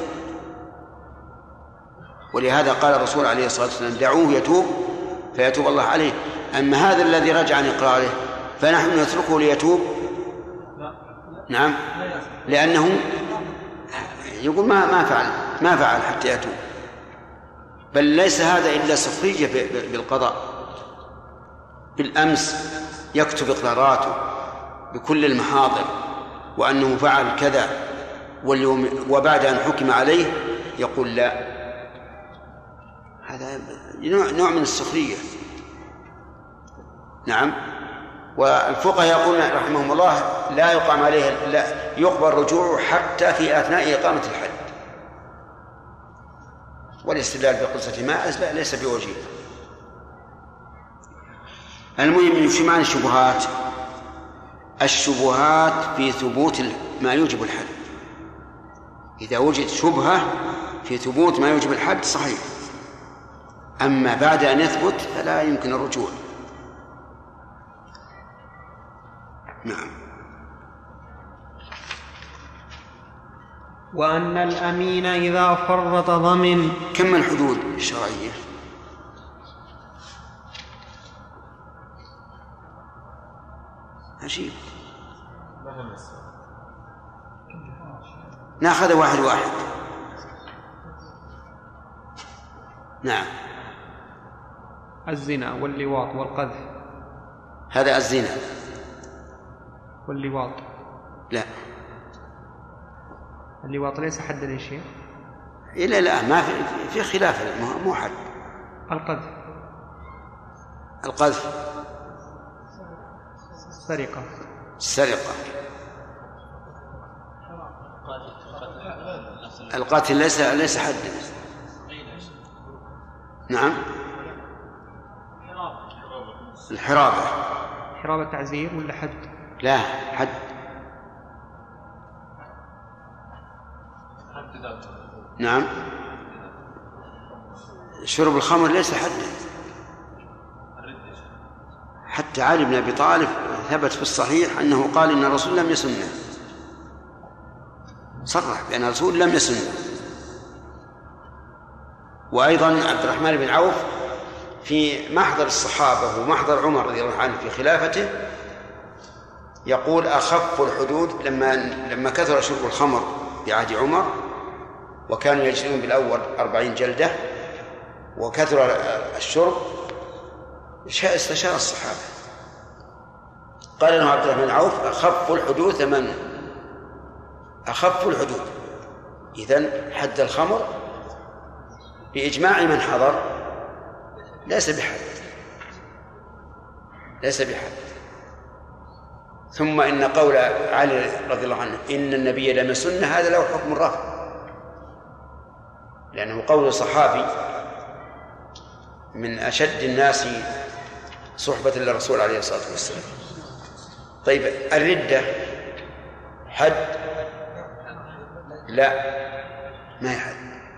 ولهذا قال الرسول عليه الصلاة والسلام دعوه يتوب فيتوب الله عليه. أما هذا الذي رجع عن إقراره فنحن نتركه ليتوب؟ نعم، لأنه يقول ما ما فعل ما فعل حتى يتوب، بل ليس هذا إلا سخرية بالقضاء. بالأمس يكتب إقراراته بكل المحاضر وأنه فعل كذا، واليوم وبعد أن حكم عليه يقول لا. هذا نوع من السخرية. نعم. والفقهاء يقولون رحمهم الله لا يقام عليه لا يقبل رجوعه حتى في أثناء إقامة الحد. والاستدلال بقصة ماعز لا ليس بوجيه. المهم في معنى الشبهات الشبهات في ثبوت ما يوجب الحد. إذا وجد شبهة في ثبوت ما يوجب الحد صحيح، أما بعد أن يثبت فلا يمكن الرجوع. نعم. وأن الأمين إذا فرط ضمن. كم الحدود الشرعية؟ عجيب. ناخذ واحد واحد. نعم. الزنا واللواط والقذف. هذا الزنا واللواط. لا، اللواط ليس حدا يا شيخ. إلا لا، ما في في خلاف، مو حد. القذف. القذف. السرقة. السرقة. القاتل ليس ليس حدا. نعم. الحرابة. حرابة تعزير ولا حد؟ لا، حد. نعم. شرب الخمر ليس حدا. حتى علي بن أبي طالب ثبت في الصحيح أنه قال إن الرسول لم يسنه، صرح بأن الرسول لم يسنه. وأيضا عبد الرحمن بن عوف في محضر الصحابة ومحضر عمر رضي الله عنه في خلافته يقول أخف الحدود لما لما كثر شرب الخمر بعهد عمر وكانوا يجلدون بالأول أربعين جلدة وكثر الشرب، استشار الصحابة قال له عبد الرحمن بن عوف أخف الحدود ثمانية، أخف الحدود. إذن حد الخمر بإجماع من حضر ليس بحد، ليس بحد. ثم إن قول علي رضي الله عنه إن النبي لم يسن هذا له حكم الرفع، لأنه قول صحابي من أشد الناس صحبة للرسول عليه الصلاة والسلام. طيب الردة حد؟ لا، ما يحد.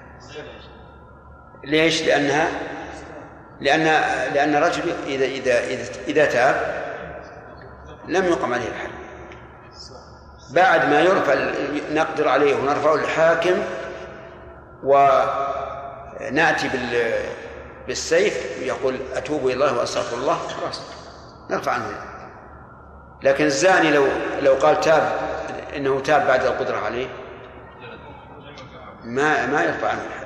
ليش؟ لأنها لأن لأن الرجل إذا إذا إذا إذا تاب لم يقم عليه الحد، بعد ما يرفع نقدر عليه ونرفعه للحاكم ونأتي بال بالسيف يقول أتوب إلى الله وأستغفر الله، خلاص نرفع عنه. لكن الزاني لو لو قال تاب إنه تاب بعد القدرة عليه ما ما يرفع عنه الحد.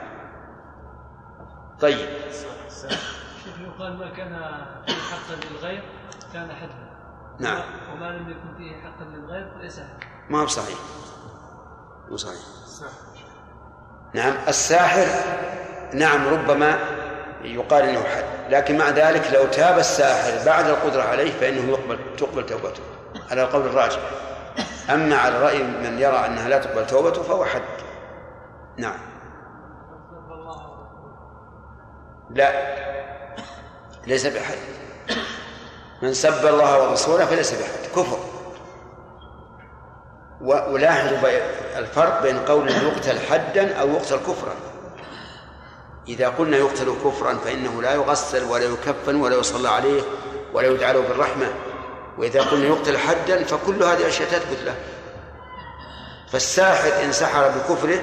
طيب يقال ما كان فيه حقا للغير كان حدا. نعم. وما لم يكن فيه حقا للغير فليس حدا. ما هو صحيح، مو صحيح. نعم. الساحر نعم ربما يقال انه حد، لكن مع ذلك لو تاب الساحر بعد القدرة عليه فإنه يقبل تقبل توبته على القول الراجح. أما على رأي من يرى أنها لا تقبل توبته فهو حد. نعم. لا، ليس بحد. من سب الله ورسوله فليس بحد، كفر. ولاحظوا الفرق بين قول يقتل حدا أو يقتل كفرا. إذا قلنا يقتل كفرا فإنه لا يغسل ولا يكفن ولا يصلى عليه ولا يدعى له بالرحمة، وإذا قلنا يقتل حدا فكل هذه الأشياء تثبت له. فالساحر إن سحر بكفره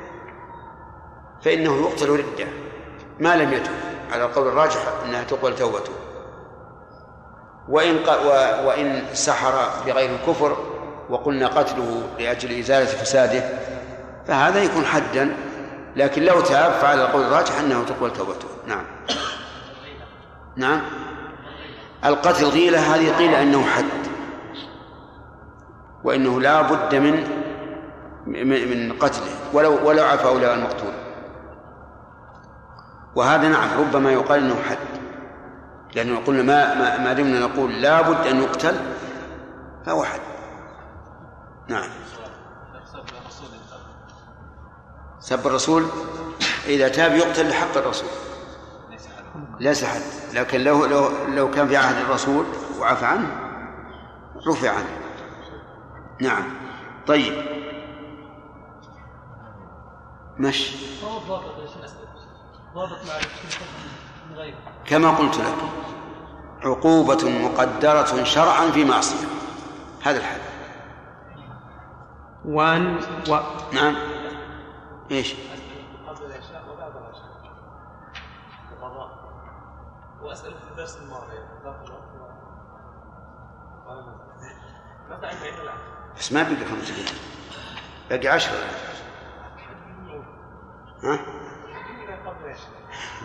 فإنه يقتل ردة ما لم يتب، على القول الراجح أنها تقبل توبته. وإن, وإن سحر بغير الكفر وقلنا قتله لأجل إزالة فساده فهذا يكون حدا، لكن لو تاب فعلى القول الراجح أنه تقبل توبته. نعم. نعم. القتل غيلة هذه قيل أنه حد، وإنه لا بد من من قتله ولو ولو عفى أولياء المقتول. وهذا نعم ربما يقال أنه حد، لأنه قلنا ما ما, ما دمنا نقول لا بد أن يقتل فهو حد. نعم. سب الرسول إذا تاب يقتل لحق الرسول ليس حد، لكن لو لو لو كان في عهد الرسول وعفى عنه رفع عنه. نعم. طيب مش هو ضابط يا شيخ ضابط مع من غيره كما قلت لك عقوبة مقدرة شرعا في معصية هذا الحال. وأن و... نعم إيش قبل العشاء وبعد العشاء القضاء وأسأل في الدرس الماضي ماذا عند عيد العشاء بس ما بقى خمس دقائق باقي عشرة ها قبل العشاء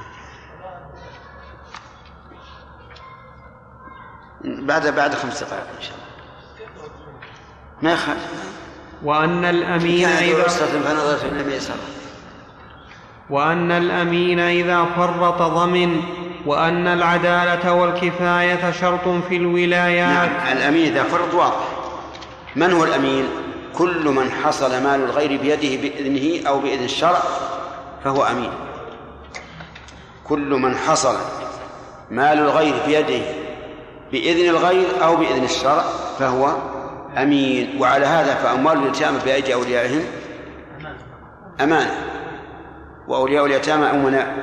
بعد بعد خمس دقائق إن شاء الله ما يخالف. وأن الأمين إذا فنظرت في النبي صلى الله عليه وسلم وأن الأمين إذا فرط ضمن وأن العدالة والكفاية شرط في الولايات. نعم الأمين إذا فرط واضح. من هو الأمين؟ كل من حصل مال الغير بيده بإذنه أو بإذن الشرع فهو أمين. كل من حصل مال الغير بيده بإذن الغير أو بإذن الشرع فهو أمين. وعلى هذا فأموال اليتامى بأيدي أوليائهم أمانة وأولياء اليتامى أمناء.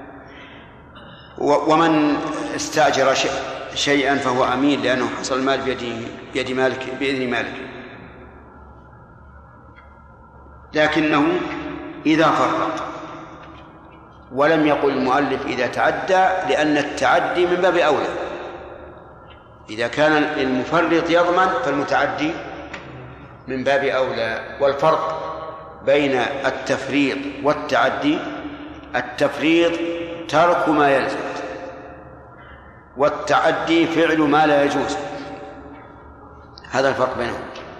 ومن استأجر شيئا فهو أمين لأنه حصل المال بيده بيد مالك بإذن مالك. لكنه إذا فرط ولم يقل المؤلف إذا تعدى لأن التعدي من باب أولى. إذا كان المفرط يضمن فالمتعدي من باب أولى. والفرق بين التفريط والتعدي التفريط ترك ما يلزم والتعدي فعل ما لا يجوز. هذا الفرق بينهم.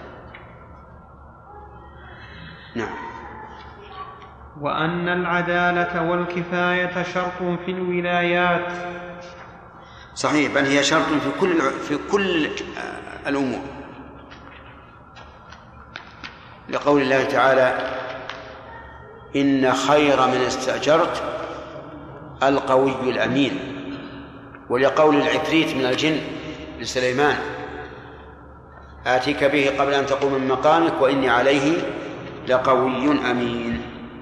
نعم. وأن العدالة والكفاية شرط في الولايات. صحيح بل هي شرط في كل في كل الأمور لقول الله تعالى إن خير من استأجرت القوي الأمين. ولقول العفريت من الجن لسليمان آتيك به قبل أن تقوم من مقامك وإني عليه لقوي أمين.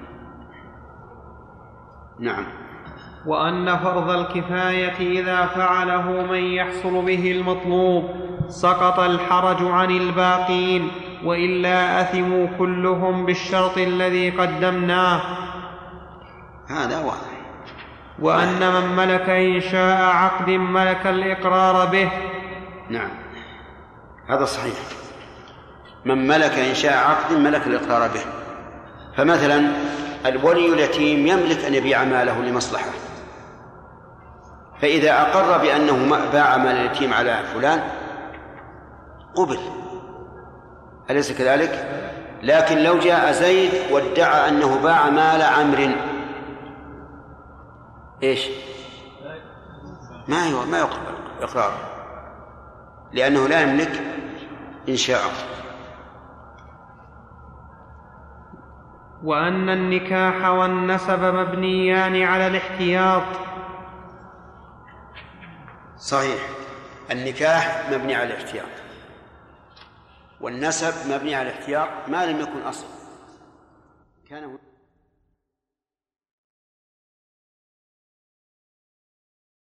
نعم. وأن فرض الكفاية إذا فعله من يحصل به المطلوب سقط الحرج عن الباقين وإلا أثموا كلهم بالشرط الذي قدمناه. هذا واضح. وأن من ملك إنشاء عقد ملك الإقرار به. نعم هذا صحيح. من ملك إنشاء عقد ملك الإقرار به. فمثلا الولي اليتيم يملك أن يبيع ماله لمصلحة فإذا أقر بأنه باع مال اليتيم على فلان قبل أليس كذلك؟ لكن لو جاء زيد وادعى أنه باع مال عمرو إيش؟ ما هو ما يقبل إقراره لأنه لا يملك إنشاءه. وأن النكاح والنسب مبنيان على الاحتياط. صحيح النكاح مبني على الاحتياط والنسب مبني على الاحتياط ما لم يكن أصل كان